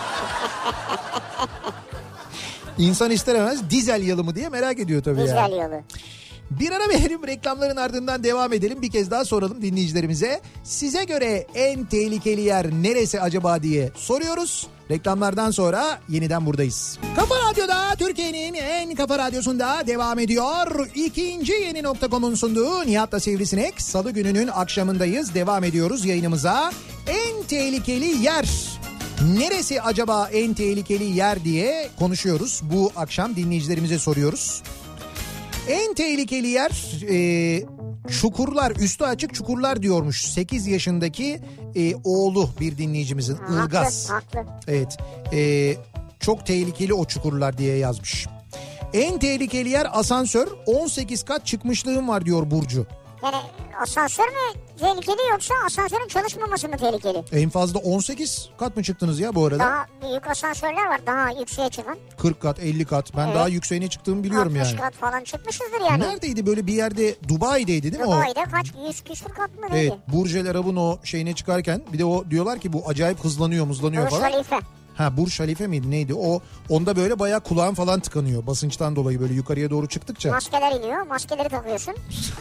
İnsan ister istemez dizel yalı mı diye merak ediyor tabii Dizel yani. yalı. Bir ara verelim, reklamların ardından devam edelim. Bir kez daha soralım dinleyicilerimize. Size göre en tehlikeli yer neresi acaba diye soruyoruz. Reklamlardan sonra yeniden buradayız. Kafa Radyo'da, Türkiye'nin en kafa radyosunda devam ediyor. İkinci yeni nokta com'un sunduğu Nihat'la Sivrisinek. Salı gününün akşamındayız. Devam ediyoruz yayınımıza. En tehlikeli yer neresi acaba, en tehlikeli yer diye konuşuyoruz. Bu akşam dinleyicilerimize soruyoruz. En tehlikeli yer e, çukurlar, üstü açık çukurlar diyormuş sekiz yaşındaki e, oğlu bir dinleyicimizin, Ha, Ilgaz. Haklı, haklı. Evet, e, çok tehlikeli o çukurlar diye yazmış. En tehlikeli yer asansör, on sekiz kat çıkmışlığım var diyor Burcu. Yani asansör mü tehlikeli yoksa asansörün çalışmaması mı tehlikeli? En fazla on sekiz kat mı çıktınız ya bu arada? Daha büyük asansörler var, daha yükseğe çıkan. kırk kat, elli kat. Ben Evet. daha yükseğine çıktığımı biliyorum altmış yani. kat falan çıkmışızdır yani. Neredeydi böyle bir yerde, Dubai'deydi değil mi o? Dubai'de kaç, yüz küsur kat mı neydi? Evet, Burj El Arab'ın o şeyine çıkarken bir de o diyorlar ki bu acayip hızlanıyor, muzlanıyor Burj falan. Halife. Ha, Burj Halife miydi neydi? O onda böyle bayağı kulağın falan tıkanıyor basınçtan dolayı, böyle yukarıya doğru çıktıkça. Maskeler iniyor, maskeleri takıyorsun.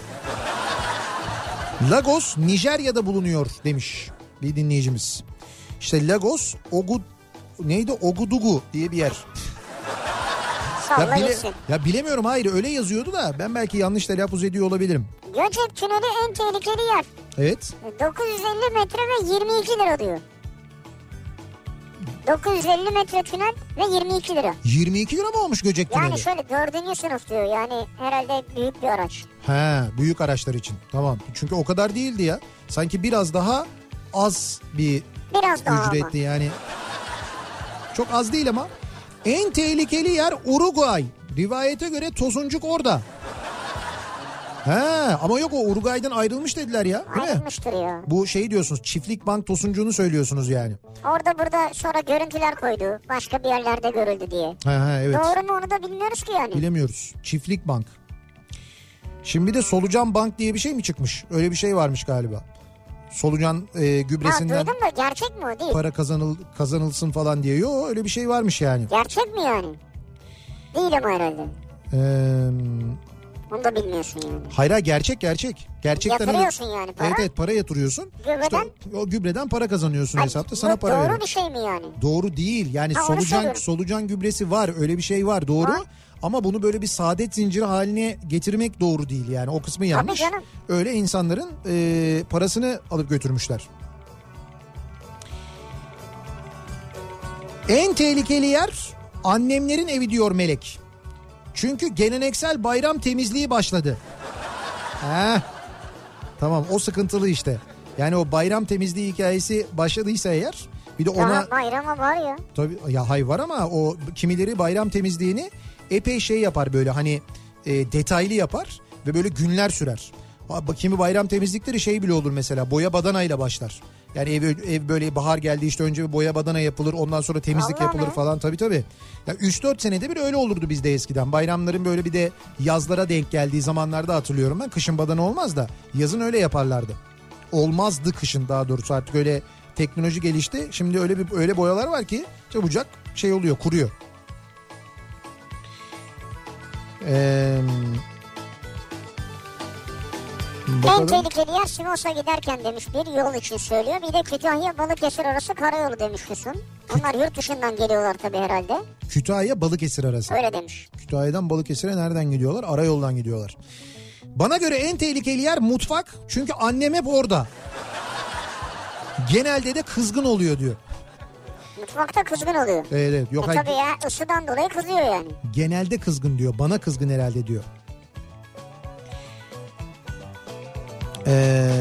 Lagos Nijerya'da bulunuyor demiş bir dinleyicimiz. İşte Lagos Ogu neydi? Ogudugu diye bir yer. Salla Ya, bile, gitsin. ya bilemiyorum, hayır öyle yazıyordu da ben belki yanlış telaffuz ediyor olabilirim. Göcek Tüneli en tehlikeli yer. Evet. dokuz yüz elli metre ve yirmi iki lira diyor. dokuz yüz elli metre tünel ve yirmi iki lira. yirmi iki lira mı olmuş Göcek Tüneli? Yani şöyle dördüncü sınıf diyor, yani herhalde büyük bir araç. He, büyük araçlar için. Tamam. Çünkü o kadar değildi ya. Sanki biraz daha az bir Biraz daha ama. ücretti yani. Çok az değil ama. En tehlikeli yer Uruguay. Rivayete göre Tosuncuk orada. He, ama yok, o Uruguay'dan ayrılmış dediler ya. Değil mi? Ayrılmıştır ya. Bu şey diyorsunuz, Çiftlik Bank Tosuncuğunu söylüyorsunuz yani. Orada burada sonra görüntüler koydu. Başka bir yerlerde görüldü diye. He he, evet. Doğru mu onu da bilmiyoruz ki yani. Bilemiyoruz. Çiftlik Bank. Şimdi de Solucan Bank diye bir şey mi çıkmış? Öyle bir şey varmış galiba. Solucan e, Ha, gübresinden duydum da gerçek mi o değil? para kazanıl kazanılsın falan diye. Yok, öyle bir şey varmış yani. Gerçek mi yani? Değil ama herhalde. Ee, Onu da bilmiyorsun yani. hayır hayır, gerçek gerçek. Gerçekten öyle- Yatırıyorsun yani para. Evet evet, para yatırıyorsun. Gübreden? İşte o gübreden para kazanıyorsun Ay, hesapta, bu sana para doğru veriyor. bir şey mi yani? Doğru değil yani, Ha, onu solucan soruyorum. solucan gübresi var, öyle bir şey var, doğru. Var. Ama bunu böyle bir saadet zinciri haline getirmek doğru değil yani, o kısmı yanlış. canım. Öyle insanların e, parasını alıp götürmüşler. En tehlikeli yer annemlerin evi diyor Melek. Çünkü geleneksel bayram temizliği başladı. Heh. Tamam, o sıkıntılı işte. Yani o bayram temizliği hikayesi başladıysa eğer, bir de ona... Daha bayrama var ya. Tabii ya, hay var ama o kimileri bayram temizliğini epey şey yapar, böyle hani e, detaylı yapar ve böyle günler sürer. Ha, kimi bayram temizlikleri şey bile olur mesela, boya badanayla başlar. Yani ev, ev böyle bahar geldi işte, önce bir boya badana yapılır, ondan sonra temizlik Allah yapılır Allah. falan, tabii tabii. Ya üç dört senede bir öyle olurdu bizde eskiden. Bayramların böyle bir de yazlara denk geldiği zamanlarda hatırlıyorum ben. Kışın badana olmaz da yazın öyle yaparlardı. Olmazdı kışın, daha doğrusu artık öyle teknoloji gelişti. Şimdi öyle bir öyle boyalar var ki çabucak şey oluyor, kuruyor. Ee, En Bakalım. tehlikeli yer Sivas'a giderken demiş bir, yol için söylüyor. Bir de Kütahya Balıkesir arası karayolu demiş Füsun. Onlar yurt dışından geliyorlar tabii herhalde. Kütahya Balıkesir arası. Öyle demiş. Kütahya'dan Balıkesir'e nereden gidiyorlar? Arayoldan gidiyorlar. Bana göre en tehlikeli yer mutfak. Çünkü annem hep orada. Genelde de kızgın oluyor diyor. Mutfakta kızgın oluyor. Evet, evet. Yok, E hayır, tabii ya, ısıdan dolayı kızıyor yani. genelde kızgın diyor. Bana kızgın herhalde diyor. Ee,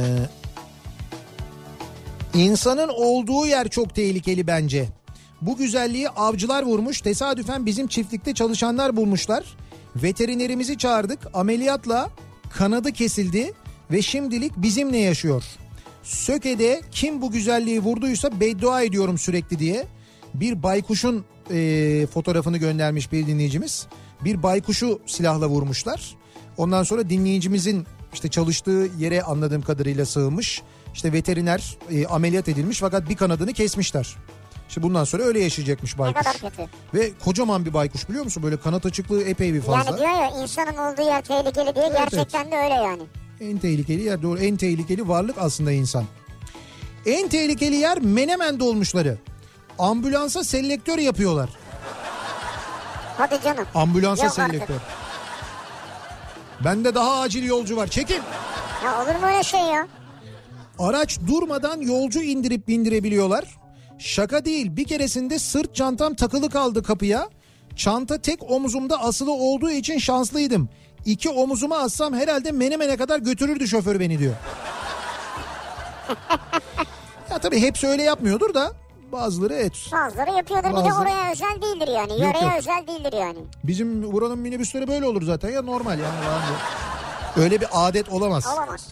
insanın olduğu yer çok tehlikeli bence. Bu güzelliği avcılar vurmuş. Tesadüfen bizim çiftlikte çalışanlar bulmuşlar. Veterinerimizi çağırdık. Ameliyatla kanadı kesildi ve şimdilik bizimle yaşıyor. Söke'de kim bu güzelliği vurduysa beddua ediyorum sürekli diye bir baykuşun e, fotoğrafını göndermiş bir dinleyicimiz. Bir baykuşu silahla vurmuşlar. Ondan sonra dinleyicimizin işte çalıştığı yere anladığım kadarıyla sığınmış. İşte veteriner e, ameliyat edilmiş fakat bir kanadını kesmişler. İşte bundan sonra öyle yaşayacakmış Ne baykuş. kadar kötü. Ve kocaman bir baykuş biliyor musun? Böyle kanat açıklığı epey bir fazla. Yani diyor ya insanın olduğu yer tehlikeli diye, Evet, gerçekten de öyle yani. En tehlikeli yer doğru. En tehlikeli varlık aslında insan. En tehlikeli yer Menemen dolmuşları. Ambulansa selektör yapıyorlar. Hadi canım. Ambulansa Yok artık. selektör. Bende daha acil yolcu var. Çekin. Ya olur mu öyle şey ya? Araç durmadan yolcu indirip bindirebiliyorlar. Şaka değil, bir keresinde sırt çantam takılı kaldı kapıya. Çanta tek omzumda asılı olduğu için şanslıydım. İki omuzuma assam herhalde Menemen'e kadar götürürdü şoför beni diyor. Ya tabii hepsi öyle yapmıyordur da bazıları evet. Bazıları yapıyordur. Bir de Bazıları- oraya özel değildir yani. Yok, Yöreye yok. özel değildir yani. Bizim buranın minibüsleri böyle olur zaten ya, normal yani. Öyle bir adet olamaz. Olamaz.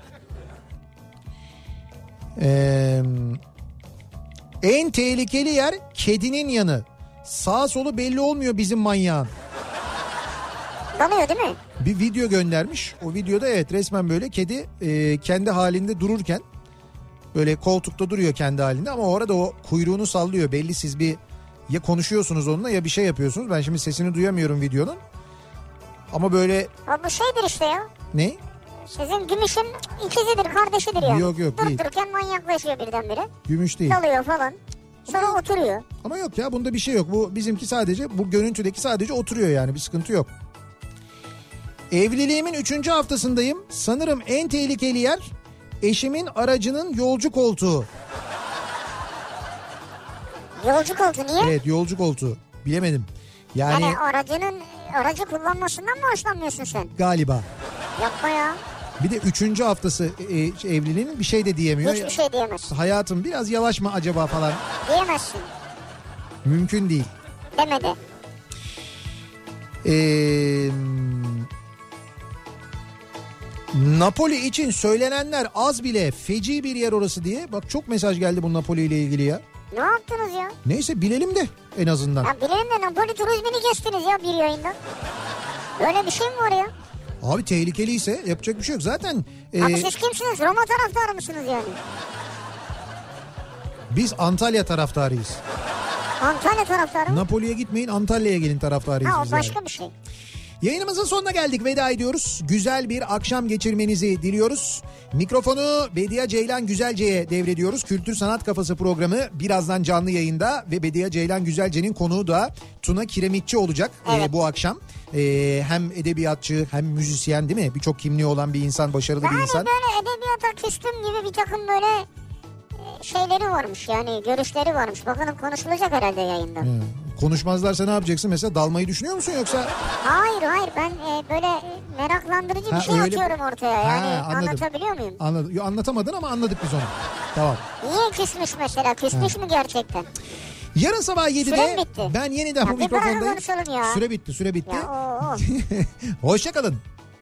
Ee, en tehlikeli yer kedinin yanı. Sağ solu belli olmuyor bizim manyağın. Dalıyor değil mi? Bir video göndermiş. O videoda evet resmen böyle kedi e, kendi halinde dururken böyle koltukta duruyor kendi halinde ama o arada o kuyruğunu sallıyor. Belli siz bir ya konuşuyorsunuz onunla ya bir şey yapıyorsunuz. Ben şimdi sesini duyamıyorum videonun. Ama böyle Ha, bu şeydir işte ya. ne? Sizin Gümüş'ün ikizidir, kardeşidir yani. Yok, yok, Durup değil. dururken manyaklaşıyor birdenbire. Gümüş değil. Dalıyor falan. Sonra oturuyor. Ama yok ya, bunda bir şey yok. Bu bizimki sadece, bu görüntüdeki sadece oturuyor yani, bir sıkıntı yok. Evliliğimin üçüncü haftasındayım. Sanırım en tehlikeli yer eşimin aracının yolcu koltuğu. Yolcu koltuğu niye? Evet, yolcu koltuğu. Bilemedim. Yani, Yani aracının aracı kullanmasından mı hoşlanmıyorsun sen? galiba. Yapma ya. Bir de üçüncü haftası e, evliliğinin bir şey de diyemiyor. Hiçbir şey diyemezsin. Hayatım biraz yavaş mı acaba falan. Diyemezsin. Mümkün değil. Demedi. Ee, Napoli için söylenenler az bile, feci bir yer orası diye. Bak çok mesaj geldi bu Napoli ile ilgili ya. Ne yaptınız ya? Neyse bilelim de en azından. Ya bilelim de Napoli turizmini kestiniz ya bir yayında. Böyle bir şey mi var ya? Abi tehlikeliyse yapacak bir şey yok. Zaten e, Abi siz kimsiniz? Roma taraftarı mısınız yani? biz Antalya taraftarıyız. Antalya taraftarı mı? Napoli'ye gitmeyin, Antalya'ya gelin taraftarıyız Ha, biz o başka yani. bir şey. Yayınımızın sonuna geldik, veda ediyoruz. Güzel bir akşam geçirmenizi diliyoruz. Mikrofonu Bediye Ceylan Güzelce'ye devrediyoruz. Kültür Sanat Kafası programı birazdan canlı yayında ve Bediye Ceylan Güzelce'nin konuğu da Tuna Kiremitçi olacak Evet. e, bu akşam. E, hem edebiyatçı hem müzisyen değil mi? Birçok kimliği olan bir insan, başarılı bir Yani insan. böyle edebiyata küstüm gibi bir takım böyle e, şeyleri varmış yani, görüşleri varmış. Bakalım konuşulacak herhalde yayında. Hı. Konuşmazlarsa ne yapacaksın mesela? Dalmayı düşünüyor musun yoksa? Hayır hayır, ben e, böyle meraklandırıcı Ha, bir şey öyle- atıyorum ortaya yani. Ha, anladım. Anlatabiliyor muyum? Anladım. Yo, anlatamadın ama anladık biz onu. Tamam. Niye küsmüş mesela? Küsmüş mü gerçekten? Yarın sabah yedide Süren bitti. ben yeniden Ya bu bir bırakın mikrofondayım. konuşalım ya. Süre bitti, süre bitti. Ya o, o. Hoşça kalın.